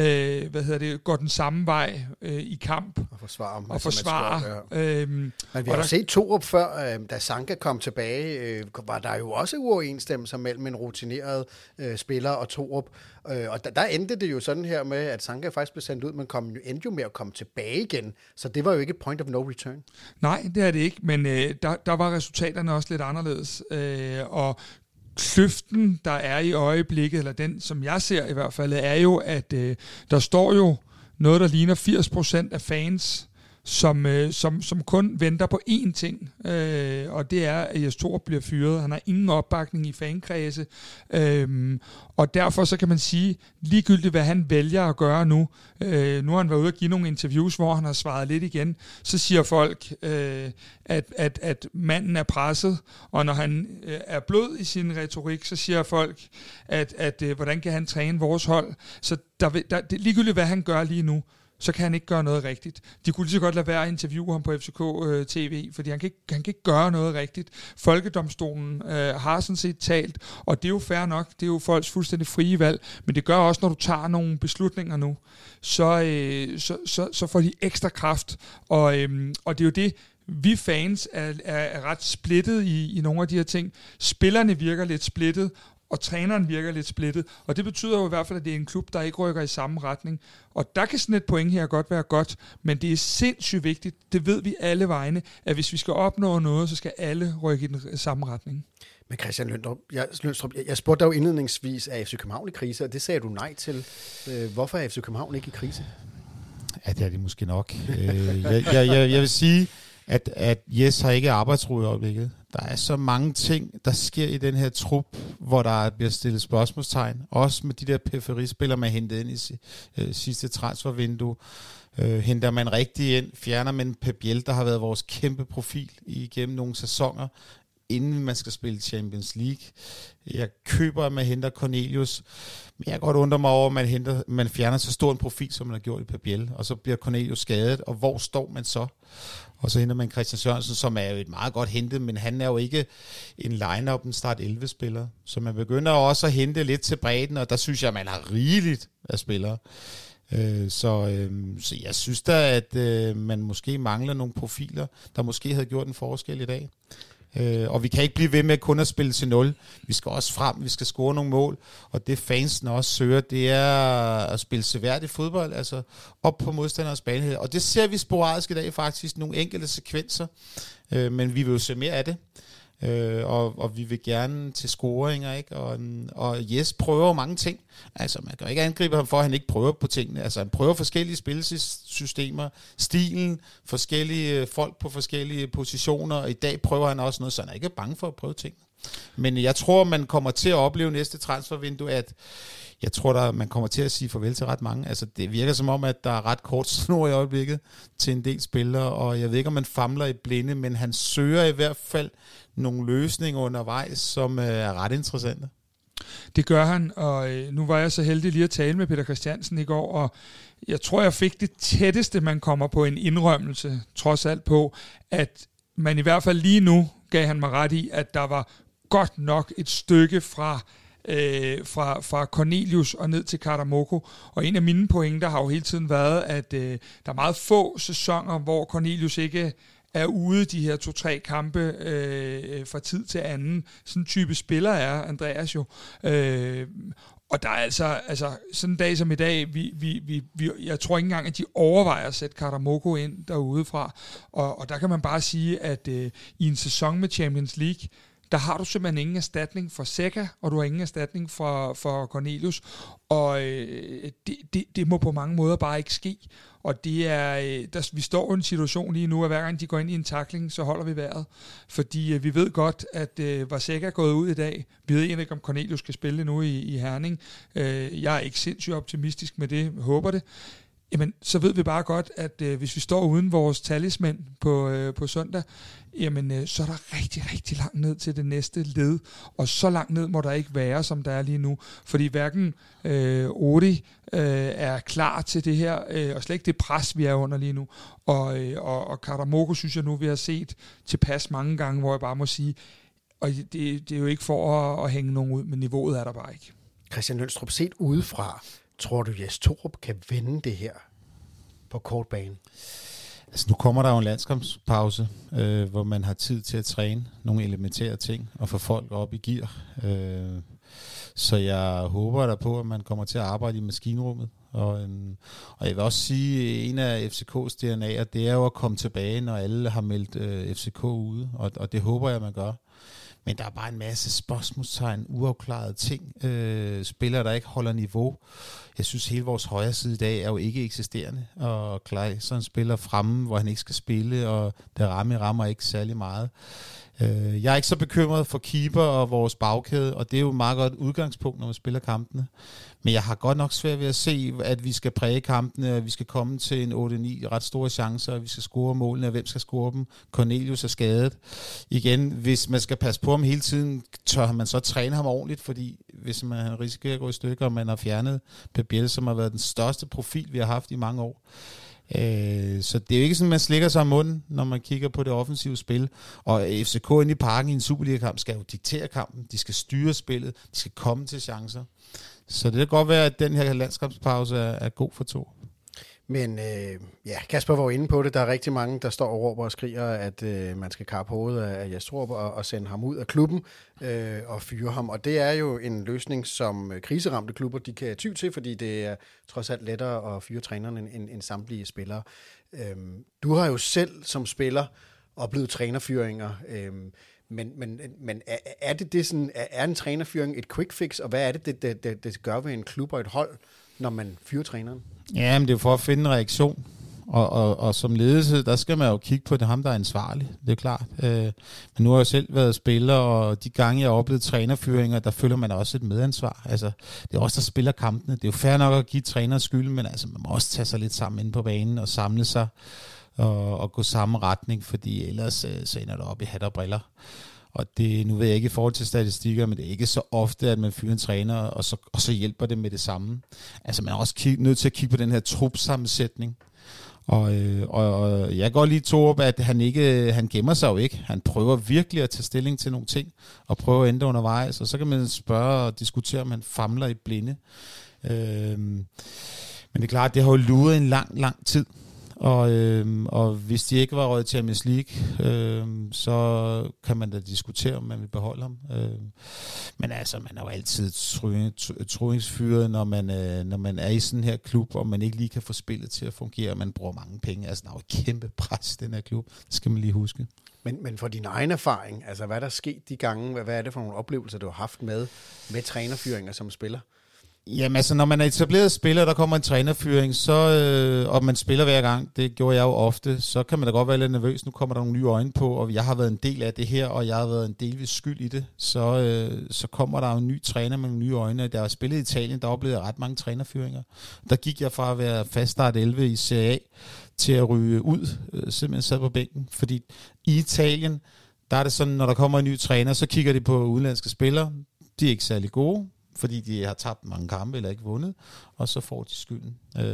går den samme vej i kamp. Og forsvarer. Men vi har jo set Torup før, da Sanka kom tilbage, var der jo også uoverensstemmelser mellem en rutineret spiller og Torup. Og der endte det jo sådan her med, at Sanka faktisk blev sendt ud, men endte jo med at komme tilbage igen. Så det var jo ikke et point of no return. Nej, det er det ikke, men der var resultaterne også lidt anderledes. Og kløften, der er i øjeblikket, eller den, som jeg ser i hvert fald, er jo, at der står jo noget, der ligner 80% af fans, som kun venter på én ting, og det er, at Jes Torup bliver fyret. Han har ingen opbakning i fankredse, og derfor så kan man sige, ligegyldigt hvad han vælger at gøre nu, nu har han været ude og give nogle interviews, hvor han har svaret lidt igen, så siger folk, at manden er presset, og når han er blød i sin retorik, så siger folk, at hvordan kan han træne vores hold, så ligegyldigt hvad han gør lige nu, så kan han ikke gøre noget rigtigt. De kunne lige så godt lade være at interviewe ham på FCK TV, fordi han kan ikke gøre noget rigtigt. Folkedomstolen har sådan set talt, og det er jo fair nok, det er jo folks fuldstændig frie valg, men det gør også, når du tager nogle beslutninger nu, så får de ekstra kraft, og det er jo det, vi fans er ret splittet i nogle af de her ting. Spillerne virker lidt splittet, og træneren virker lidt splittet, og det betyder jo i hvert fald, at det er en klub, der ikke rykker i samme retning. Og der kan sådan et point her godt være godt, men det er sindssygt vigtigt, det ved vi alle vegne, at hvis vi skal opnå noget, så skal alle rykke i den samme retning. Men Christian Lønstrup, jeg spurgte dig jo indledningsvis, er FC København i krise, og det sagde du nej til. Hvorfor er FC København ikke i krise? Ja, det er det måske nok. Jeg vil sige, at Jes har ikke arbejdsro i øjeblikket. Der er så mange ting, der sker i den her trup, hvor der bliver stillet spørgsmålstegn. Også med de der periferispillere, man hentede ind i sidste transfervindue. Henter man rigtig ind, fjerner man Pep Biel, der har været vores kæmpe profil igennem nogle sæsoner, inden man skal spille Champions League. Jeg køber, at man henter Cornelius, men jeg kan godt undre mig over, at man fjerner så stor en profil, som man har gjort i Pep Biel, og så bliver Cornelius skadet, og hvor står man så? Og så henter man Christian Sørensen, som er jo et meget godt hentet, men han er jo ikke en line-up, en start 11-spiller. Så man begynder også at hente lidt til bredden, og der synes jeg, man har rigeligt af spillere. Så jeg synes da, at man måske mangler nogle profiler, der måske havde gjort en forskel i dag. Og vi kan ikke blive ved med kun at spille til 0. Vi skal også frem, vi skal score nogle mål, og det fansen også søger, det er at spille seværdigt fodbold, altså op på modstanders bane. Og det ser vi sporadisk i dag faktisk, nogle enkelte sekvenser, men vi vil jo se mere af det. Og vi vil gerne til scoringer, ikke? Og Jes prøver jo mange ting. Altså, man kan ikke angribe ham for, at han ikke prøver på tingene. Altså, han prøver forskellige spilsystemer, stilen, forskellige folk på forskellige positioner, og i dag prøver han også noget, så han er ikke bange for at prøve ting. Men jeg tror, man kommer til at opleve næste transfervindue, at jeg tror, man kommer til at sige farvel til ret mange. Altså, det virker som om, at der er ret kort snor i øjeblikket til en del spillere, og jeg ved ikke, om man famler i blinde, men han søger i hvert fald nogle løsninger undervejs, som er ret interessante. Det gør han, og nu var jeg så heldig lige at tale med Peter Christiansen i går, og jeg tror, jeg fik det tætteste, man kommer på en indrømmelse, trods alt på, at man i hvert fald lige nu gav han mig ret i, at der var godt nok et stykke fra Cornelius og ned til Karamoko. Og en af mine pointer har jo hele tiden været, at der er meget få sæsoner, hvor Cornelius ikke er ude de her 2-3 kampe fra tid til anden. Sådan en type spiller er Andreas jo. Og der er altså sådan en dag som i dag, jeg tror ikke engang, at de overvejer at sætte Karamoko ind derudefra. Og der kan man bare sige, at i en sæson med Champions League, der har du simpelthen ingen erstatning for Zeca, og du har ingen erstatning for Cornelius. Og det må på mange måder bare ikke ske. Og det er, vi står i en situation lige nu, at hver gang de går ind i en tackling, så holder vi vejret. Fordi vi ved godt, at var Zeca gået ud i dag, vi ved ikke, om Cornelius skal spille nu i Herning. Jeg er ikke sindssygt optimistisk med det, håber det. Jamen, så ved vi bare godt, at hvis vi står uden vores talismænd på søndag, jamen, så er der rigtig, rigtig langt ned til det næste led, og så langt ned må der ikke være, som der er lige nu, fordi hverken Odi er klar til det her, og slet ikke det pres, vi er under lige nu, og Karamoko synes jeg nu, vi har set tilpas mange gange, hvor jeg bare må sige, og det er jo ikke for at hænge nogen ud, men niveauet er der bare ikke. Christian Lønstrup, set udefra, tror du, Jes Torup kan vende det her på kort bane? Altså, nu kommer der jo en landskampspause, hvor man har tid til at træne nogle elementære ting og få folk op i gear. Så jeg håber der på, at man kommer til at arbejde i maskinrummet. Og jeg vil også sige, at en af FCK's DNA'er, det er jo at komme tilbage, når alle har meldt FCK ude. Og det håber jeg, man gør. Men der er bare en masse spørgsmålstegn, uafklarede ting, spillere, der ikke holder niveau. Jeg synes, hele vores højre side i dag er jo ikke eksisterende, og Claesson spiller fremme, hvor han ikke skal spille, og rammer ikke særlig meget. Jeg er ikke så bekymret for keeper og vores bagkæde, og det er jo et meget godt udgangspunkt, når vi spiller kampene. Men jeg har godt nok svært ved at se, at vi skal præge kampene, at vi skal komme til en 8-9 ret store chancer, og vi skal score målene, og hvem skal score dem? Cornelius er skadet. Igen, hvis man skal passe på ham hele tiden, tør man så træne ham ordentligt, fordi hvis man risikerer at gå i stykker, og man har fjernet Pep Biel, som har været den største profil, vi har haft i mange år. Så det er jo ikke sådan, man slikker sig om munden, når man kigger på det offensive spil. Og FCK inde i parken i en Superliga-kamp skal jo diktere kampen. De skal styre spillet. De skal komme til chancer. Så det kan godt være, at den her landskampspause er god for to. Men Kasper var jo inde på det. Der er rigtig mange, der står og råber og skriger, at man skal kappe hovedet af Jes Torup og sende ham ud af klubben og fyre ham. Og det er jo en løsning, som kriseramte klubber de kan ty til, fordi det er trods alt lettere at fyre trænerne end samtlige spillere. Du har jo selv som spiller oplevet trænerfyringer, men er det sådan, er en trænerfyring et quick fix, og hvad er det gør ved en klub og et hold, når man fyrer træneren? Ja, men det er jo for at finde en reaktion. Og som ledelse, der skal man jo kigge på det, ham der er ansvarlig, det er klart. Men nu har jeg selv været spiller, og de gange jeg har oplevet trænerfyringer, der føler man også et medansvar. Altså, det er også der spiller kampene. Det er jo fair nok at give træner skyld, men altså, man må også tage sig lidt sammen inde på banen og samle sig og gå samme retning, fordi ellers så ender det op i hat og briller. Og det, nu ved jeg ikke i forhold til statistikker, men det er ikke så ofte, at man fyrer en træner, og så hjælper det med det samme. Altså, man er også nødt til at kigge på den her trupsammensætning. Og jeg kan godt lide Torup, at han gemmer sig jo ikke. Han prøver virkelig at tage stilling til nogle ting, og prøver at ændre undervejs, og så kan man spørge og diskutere, om han famler i blinde. Men det er klart, det har jo luret en lang tid. Og hvis de ikke var røget til Champions League, så kan man da diskutere, om man vil beholde ham. Men altså, man er jo altid trolingsfyret, når man er i sådan her klub, og man ikke lige kan få spillet til at fungere, og man bruger mange penge. Altså, der er jo et kæmpe pres i den her klub. Det skal man lige huske. Men for din egen erfaring, altså hvad der er sket de gange, hvad er det for nogle oplevelser, du har haft med trænerfyringer som spiller? Jamen altså, når man er etableret spiller, der kommer en trænerfyring, og man spiller hver gang, det gjorde jeg jo ofte, så kan man da godt være lidt nervøs. Nu kommer der nogle nye øjne på, og jeg har været en del af det her, og jeg har været en delvis skyld i det. Så kommer der jo en ny træner med nogle nye øjne. Da jeg spillede i Italien, der oplevede jeg ret mange trænerfyringer. Der gik jeg fra at være faststart 11 i Serie A til at ryge ud, simpelthen sad på bænken. Fordi i Italien, der er det sådan, når der kommer en ny træner, så kigger de på udenlandske spillere. De er ikke særlig gode, fordi de har tabt mange kampe eller ikke vundet, og så får de skylden.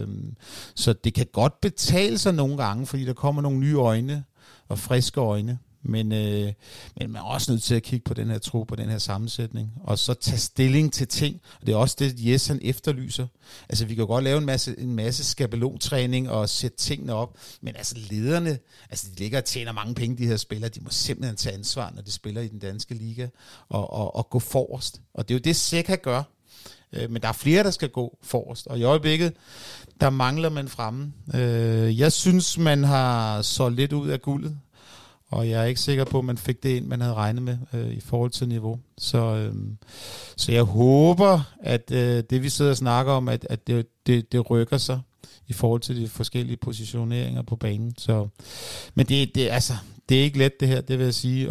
Så det kan godt betale sig nogle gange, fordi der kommer nogle nye øjne og friske øjne, men man er også nødt til at kigge på den her trup, på den her sammensætning, og så tage stilling til ting. Og det er også det, Jes han efterlyser. Altså vi kan godt lave en masse skabelontræning og sætte tingene op, men altså lederne, altså de ligger og tjener mange penge, de her spillere, de må simpelthen tage ansvar, når de spiller i den danske liga, og gå forrest. Og det er jo det, Zeca gør. Men der er flere, der skal gå forrest. Og i øjeblikket, der mangler man fremme. Jeg synes, man har så lidt ud af guldet. Og jeg er ikke sikker på, at man fik det ind, man havde regnet med i forhold til niveau. Så jeg håber, at det vi sidder og snakker om, at det rykker sig i forhold til de forskellige positioneringer på banen. Men det er ikke let det her, det vil jeg sige.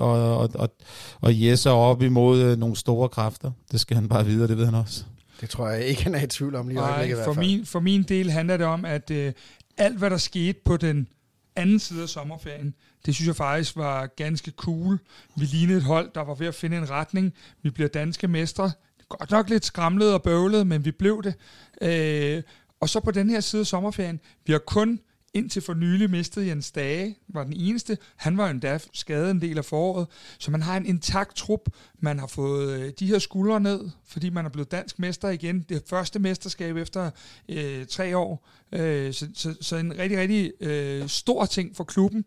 Og Jes er op imod nogle store kræfter. Det skal han bare vide, og det ved han også. Det tror jeg ikke, han er i tvivl om lige i øjeblikket i hvert fald. For min del handler det om, at alt, hvad der skete på den anden side af sommerferien, det synes jeg faktisk var ganske cool. Vi lignede et hold, der var ved at finde en retning. Vi bliver danske mestre. Godt nok lidt skramlet og bøvlet, men vi blev det. Og så på den her side af sommerferien, vi har kun indtil for nylig mistet Jens Dage, var den eneste. Han var jo endda skadet en del af foråret. Så man har en intakt trup. Man har fået de her skuldre ned, fordi man er blevet dansk mester igen. Det første mesterskab efter 3 år. Så en rigtig, rigtig stor ting for klubben.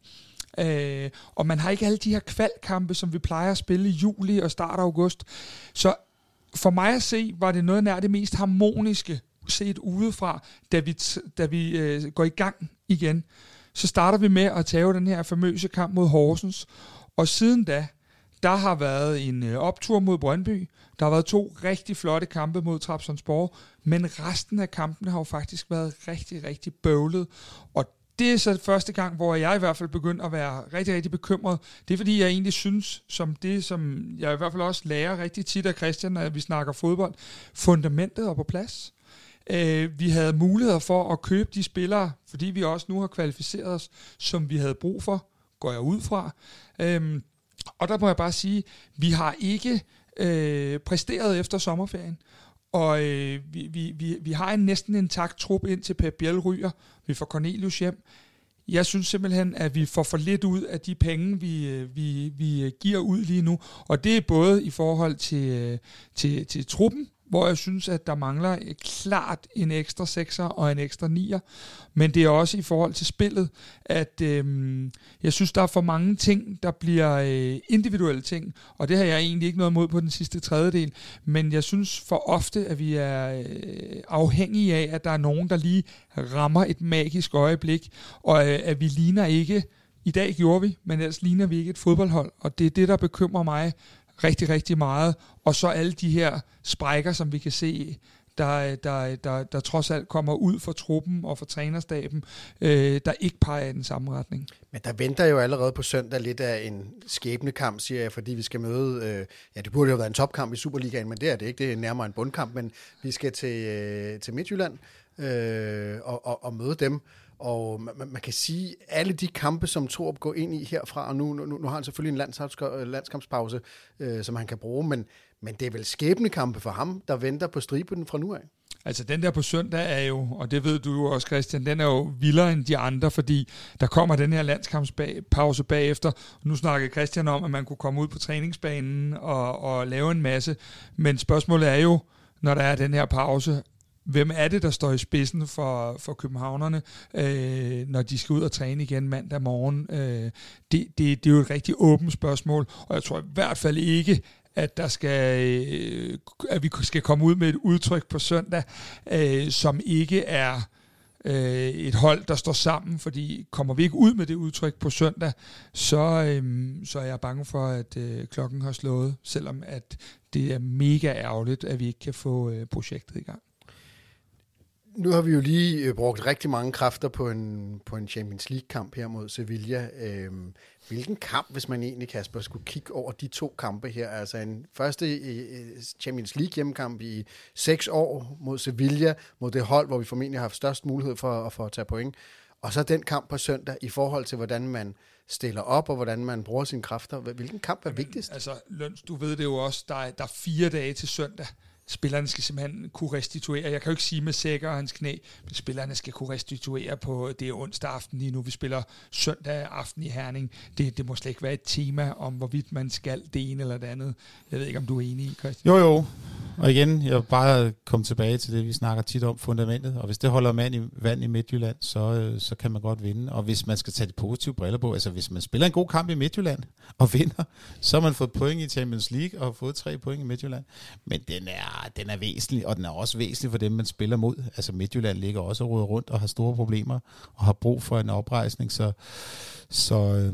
Og man har ikke alle de her kvalkampe, som vi plejer at spille i juli og start af august. Så for mig at se, var det noget nær det mest harmoniske set udefra, da vi går i gang igen. Så starter vi med at tage den her famøse kamp mod Horsens, og siden da, der har været en optur mod Brøndby, der har været 2 rigtig flotte kampe mod Trabzonspor, men resten af kampen har jo faktisk været rigtig, rigtig bøvlet, og det er så første gang, hvor jeg i hvert fald begyndte at være rigtig, rigtig bekymret. Det er fordi, jeg egentlig synes, som jeg i hvert fald også lærer rigtig tit af Christian, når vi snakker fodbold, fundamentet er på plads. Vi havde muligheder for at købe de spillere, fordi vi også nu har kvalificeret os, som vi havde brug for, går jeg ud fra. Og der må jeg bare sige, vi har ikke præsteret efter sommerferien. Og vi har næsten en intakt trup ind til Pep Biel ryger. Vi får Cornelius hjem. Jeg synes simpelthen, at vi får for lidt ud af de penge, vi giver ud lige nu. Og det er både i forhold til truppen, hvor jeg synes, at der mangler klart en ekstra 6'er og en ekstra 9'er. Men det er også i forhold til spillet, at jeg synes, der er for mange ting, der bliver individuelle ting. Og det har jeg egentlig ikke noget imod på den sidste tredjedel. Men jeg synes for ofte, at vi er afhængige af, at der er nogen, der lige rammer et magisk øjeblik. Og at vi ligner ikke, i dag gjorde vi, men ellers ligner vi ikke et fodboldhold. Og det er det, der bekymrer mig rigtig, rigtig meget. Og så alle de her sprækker, som vi kan se, der trods alt kommer ud fra truppen og fra trænerstaben, der ikke peger i den samme retning. Men der venter jo allerede på søndag lidt af en skæbnekamp, siger jeg, fordi vi skal møde, det burde jo have været en topkamp i Superligaen, men det er det ikke, det er nærmere en bundkamp, men vi skal til Midtjylland og møde dem. Og man kan sige, at alle de kampe, som Thorup går ind i herfra, og nu har han selvfølgelig en landskampspause, som han kan bruge, men det er vel skæbnekampe for ham, der venter på striben fra nu af. Altså den der på søndag er jo, og det ved du jo også, Christian, den er jo vildere end de andre, fordi der kommer den her landskampspause bagefter. Nu snakker Christian om, at man kunne komme ud på træningsbanen og lave en masse, men spørgsmålet er jo, når der er den her pause, hvem er det, der står i spidsen for københavnerne, når de skal ud og træne igen mandag morgen? Det er jo et rigtig åbent spørgsmål, og jeg tror i hvert fald ikke, at vi skal komme ud med et udtryk på søndag, som ikke er et hold, der står sammen, fordi kommer vi ikke ud med det udtryk på søndag, så er jeg bange for, at klokken har slået, selvom at det er mega ærgerligt, at vi ikke kan få projektet i gang. Nu har vi jo lige brugt rigtig mange kræfter på en Champions League-kamp her mod Sevilla. Hvilken kamp, hvis man egentlig, Kasper, skulle kigge over de 2 kampe her? Altså en første Champions League-hjemmekamp i 6 år mod Sevilla, mod det hold, hvor vi formentlig har haft størst mulighed for at tage point. Og så den kamp på søndag i forhold til, hvordan man stiller op, og hvordan man bruger sine kræfter. Hvilken kamp er vigtigst? Altså, Løns, du ved det jo også, der er 4 dage til søndag. Spillerne skal simpelthen kunne restituere. Jeg kan jo ikke sige med Sækker og hans knæ, men spillerne skal kunne restituere på det onsdag aften lige nu. Vi spiller søndag aften i Herning. Det må slet ikke være et tema om, hvorvidt man skal det ene eller det andet. Jeg ved ikke, om du er enig i, Christian? Jo. Og igen, jeg vil bare komme tilbage til det, vi snakker tit om, fundamentet. Og hvis det holder vand i Midtjylland, så kan man godt vinde. Og hvis man skal tage de positive briller på, altså hvis man spiller en god kamp i Midtjylland og vinder, så har man fået point i Champions League og fået 3 point i Midtjylland. Men den er væsentlig, og den er også væsentlig for dem, man spiller mod. Altså Midtjylland ligger også og roder rundt og har store problemer og har brug for en oprejsning, så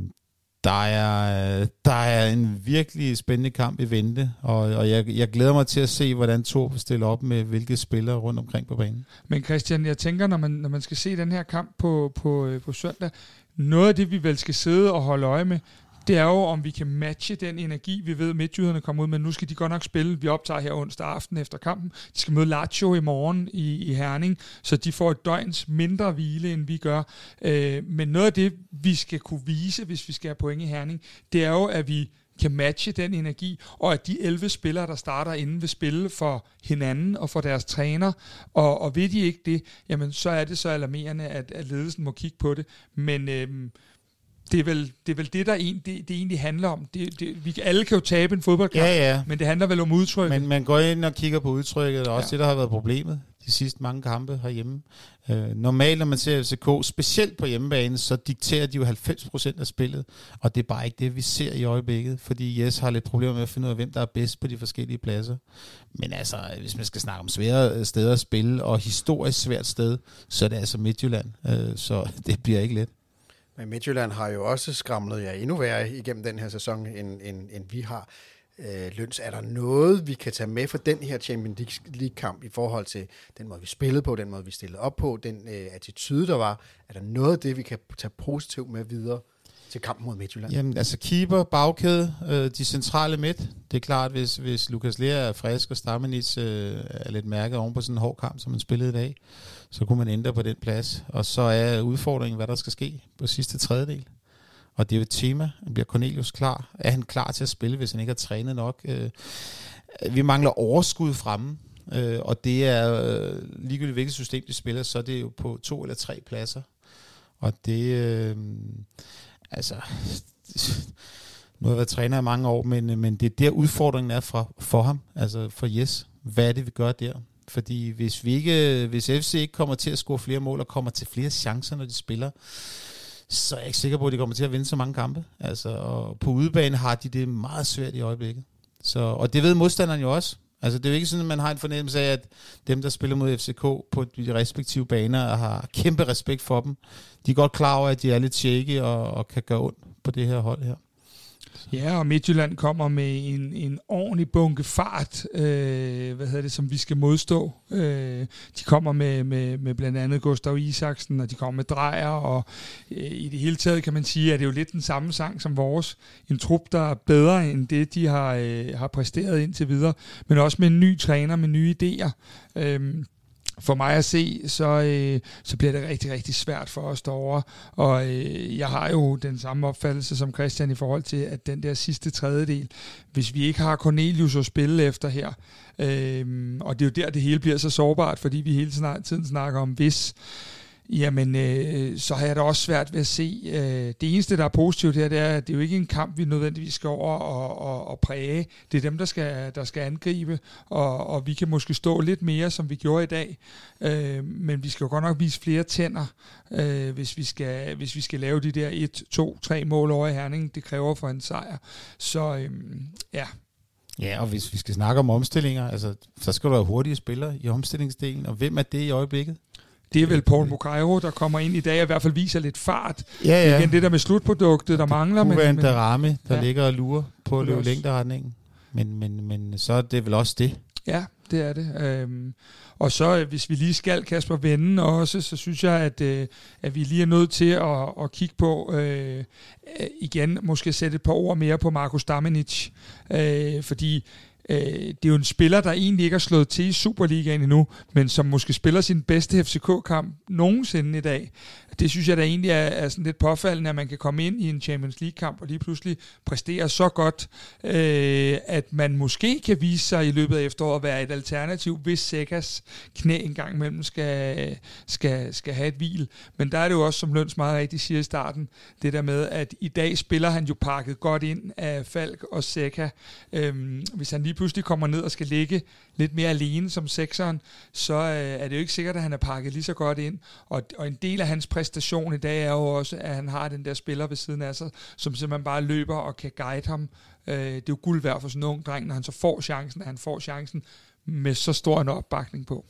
der er en virkelig spændende kamp i vente, og jeg glæder mig til at se, hvordan Torp stiller op med hvilke spillere rundt omkring på banen. Men Christian, jeg tænker, når man skal se den her kamp på søndag, noget af det, vi vel skal sidde og holde øje med, det er jo, om vi kan matche den energi, vi ved, midtjyderne kommer ud med. Nu skal de godt nok spille. Vi optager her onsdag aften efter kampen. De skal møde Lazio i morgen i Herning, så de får et døgns mindre hvile, end vi gør. Men noget af det, vi skal kunne vise, hvis vi skal have point i Herning, det er jo, at vi kan matche den energi, og at de 11 spillere, der starter inden, vil spille for hinanden og for deres træner, og ved de ikke det, jamen så er det så alarmerende, at ledelsen må kigge på det. Men det er vel det, der det egentlig handler om. Vi alle kan jo tabe en fodboldkamp, ja. Men det handler vel om udtrykket. Men man går ind og kigger på udtrykket, og også det, der har været problemet de sidste mange kampe herhjemme. Normalt, når man ser FCK, specielt på hjemmebane, så dikterer de jo 90% af spillet, og det er bare ikke det, vi ser i øjeblikket, fordi Jes har lidt problemer med at finde ud af, hvem der er bedst på de forskellige pladser. Men altså, hvis man skal snakke om svære steder at spille, og historisk svært sted, så er det altså Midtjylland, så det bliver ikke let. Men Midtjylland har jo også skramlet jer endnu værre igennem den her sæson, end vi har. Løns, er der noget, vi kan tage med for den her Champions League-kamp i forhold til den måde, vi spillede på, den måde, vi stillede op på, den attitude, der var? Er der noget af det, vi kan tage positivt med videre til kampen mod Midtjylland? Jamen, altså keeper, bagkæde, de centrale midt. Det er klart, hvis Lukas Lea er frisk, og Stamenic er lidt mærket oven på sådan en hård kamp, som man spillede i dag, så kunne man ændre på den plads. Og så er udfordringen, hvad der skal ske på sidste tredjedel. Og det er jo et tema. Bliver Cornelius klar? Er han klar til at spille, hvis han ikke har trænet nok? Vi mangler overskud fremme, og det er ligegyldigt hvilket system de spiller, så er det jo på 2 eller 3 pladser. Og det altså nu har jeg været træner i mange år, men det er der udfordringen er for ham, altså for Jes. Hvad er det, vi gør der? Fordi hvis FC ikke kommer til at score flere mål og kommer til flere chancer, når de spiller, så er jeg ikke sikker på, at de kommer til at vinde så mange kampe. Altså, og på udebane har de det meget svært i øjeblikket. Og det ved modstanderen jo også. Altså, det er jo ikke sådan, at man har en fornemmelse af, at dem, der spiller mod FCK på de respektive baner, har kæmpe respekt for dem. De er godt klar over, at de er lidt shaky og kan gøre ondt på det her hold her. Ja, og Midtjylland kommer med en ordentlig bunke fart, som vi skal modstå. De kommer med blandt andet Gustav Isaksen, og de kommer med Drejer, og i det hele taget kan man sige, at det er jo lidt den samme sang som vores. En trup, der er bedre end det, de har præsteret indtil videre, men også med en ny træner, med nye idéer. For mig at se, så bliver det rigtig, rigtig svært for os derovre. Og jeg har jo den samme opfattelse som Christian i forhold til, at den der sidste tredjedel, hvis vi ikke har Cornelius at spille efter her, og det er jo der, det hele bliver så sårbart, fordi vi hele tiden snakker om hvis, jamen, så har jeg da også svært ved at se. Det eneste, der er positivt her, det er, at det er jo ikke en kamp, vi nødvendigvis skal over og præge. Det er dem, der skal angribe, og vi kan måske stå lidt mere, som vi gjorde i dag. Men vi skal jo godt nok vise flere tænder, hvis vi skal lave de der 1, 2, 3 mål over i Herning. Det kræver for en sejr. Så ja. Ja, og hvis vi skal snakke om omstillinger, altså, så skal der være hurtige spillere i omstillingsdelen, og hvem er det i øjeblikket? Det er vel Paul Mukairo, der kommer ind i dag, og i hvert fald viser lidt fart. Ja. Igen det der med slutproduktet, der mangler. Det kunne være en Darame, der ligger og lurer på at løbe længderetningen. Men så er det vel også det. Ja, det er det. Og så, hvis vi lige skal, Kasper, vende også, så synes jeg, at vi lige er nødt til at kigge på, igen, måske sætte et par ord mere på Marko Stamenic, fordi det er jo en spiller, der egentlig ikke har slået til i Superligaen endnu, men som måske spiller sin bedste FCK-kamp nogensinde i dag. Det synes jeg da egentlig er sådan lidt påfaldende, at man kan komme ind i en Champions League-kamp og lige pludselig præstere så godt, at man måske kan vise sig i løbet af efteråret at være et alternativ, hvis Zekas knæ engang imellem skal have et hvil. Men der er det jo også, som Løns meget rigtigt siger i starten, det der med, at i dag spiller han jo pakket godt ind af Falk og Zeka. Hvis han lige pludselig kommer ned og skal ligge lidt mere alene som sekseren, så er det jo ikke sikkert, at han er pakket lige så godt ind. Og en del af hans præstation i dag er jo også, at han har den der spiller ved siden af sig, som simpelthen bare løber og kan guide ham. Det er jo guld værd for sådan en ung dreng, når han så får chancen, at han får chancen med så stor en opbakning på.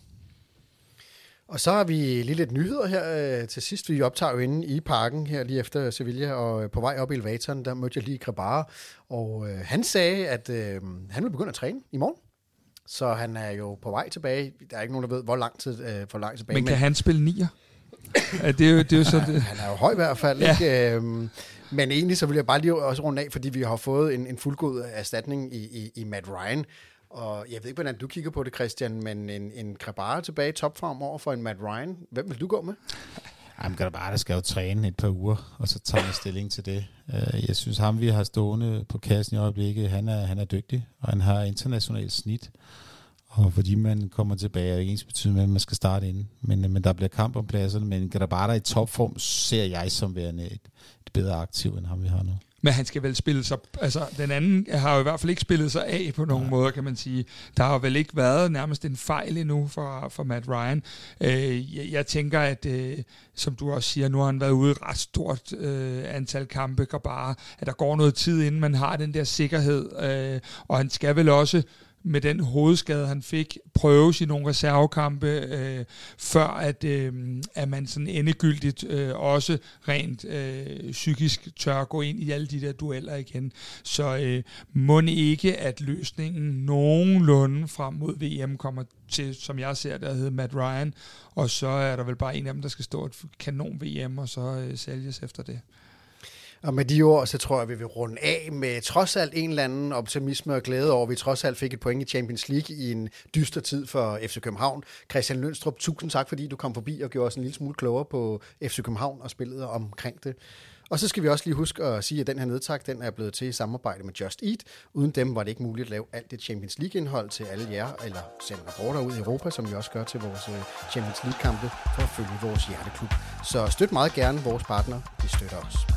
Og så har vi lige lidt nyheder her til sidst. Vi optager jo inde i parken her lige efter Sevilla, og på vej op i elevatoren, der mødte jeg lige Grabara, og han sagde, at han vil begynde at træne i morgen. Så han er jo på vej tilbage. Der er ikke nogen, der ved, hvor lang tid tilbage. Men kan han spille nier? det er jo så det. Han er jo høj i hvert fald. Ja. Ikke? Men egentlig så vil jeg bare lige også runde af, fordi vi har fået en fuldgod erstatning i Matt Ryan. Og jeg ved ikke, hvordan du kigger på det, Christian, men en Grabara tilbage i topform over for en Matt Ryan. Hvem vil du gå med? Jamen, Grabara skal jo træne et par uger, og så tager man stilling til det. Jeg synes, ham vi har stående på kassen i øjeblikket, han er dygtig, og han har internationalt snit. Og fordi man kommer tilbage, er det ikke ens betydning med, at man skal starte inden. Men der bliver kamp om pladserne, men Grabara i topform ser jeg som værende et bedre aktiv, end ham vi har nu. Men han skal vel spille sig... Altså, den anden har jo i hvert fald ikke spillet sig af på nogen måde, kan man sige. Der har vel ikke været nærmest en fejl endnu for Matt Ryan. Jeg tænker, at som du også siger, nu har han været ude i et ret stort antal kampe, bare at der går noget tid, inden man har den der sikkerhed. Og han skal vel også med den hovedskade, han fik, prøves i nogle reservekampe, før at man sådan endegyldigt også rent psykisk tør gå ind i alle de der dueller igen. Så må ikke, at løsningen nogenlunde frem mod VM kommer til, som jeg ser, der hedder Matt Ryan, og så er der vel bare en af dem, der skal stå et kanon VM, og så sælges efter det. Og med de ord, så tror jeg, vi vil runde af med trods alt en eller anden optimisme og glæde over, at vi trods alt fik et point i Champions League i en dyster tid for FC København. Christian Lønstrup, tusind tak, fordi du kom forbi og gjorde os en lille smule klogere på FC København og spillet omkring det. Og så skal vi også lige huske at sige, at den her nedtakt, den er blevet til i samarbejde med Just Eat. Uden dem var det ikke muligt at lave alt det Champions League-indhold til alle jer, eller sende rapporter ud i Europa, som vi også gør til vores Champions League-kampe, for at følge vores hjerteklub. Så støt meget gerne vores partner, de støtter os.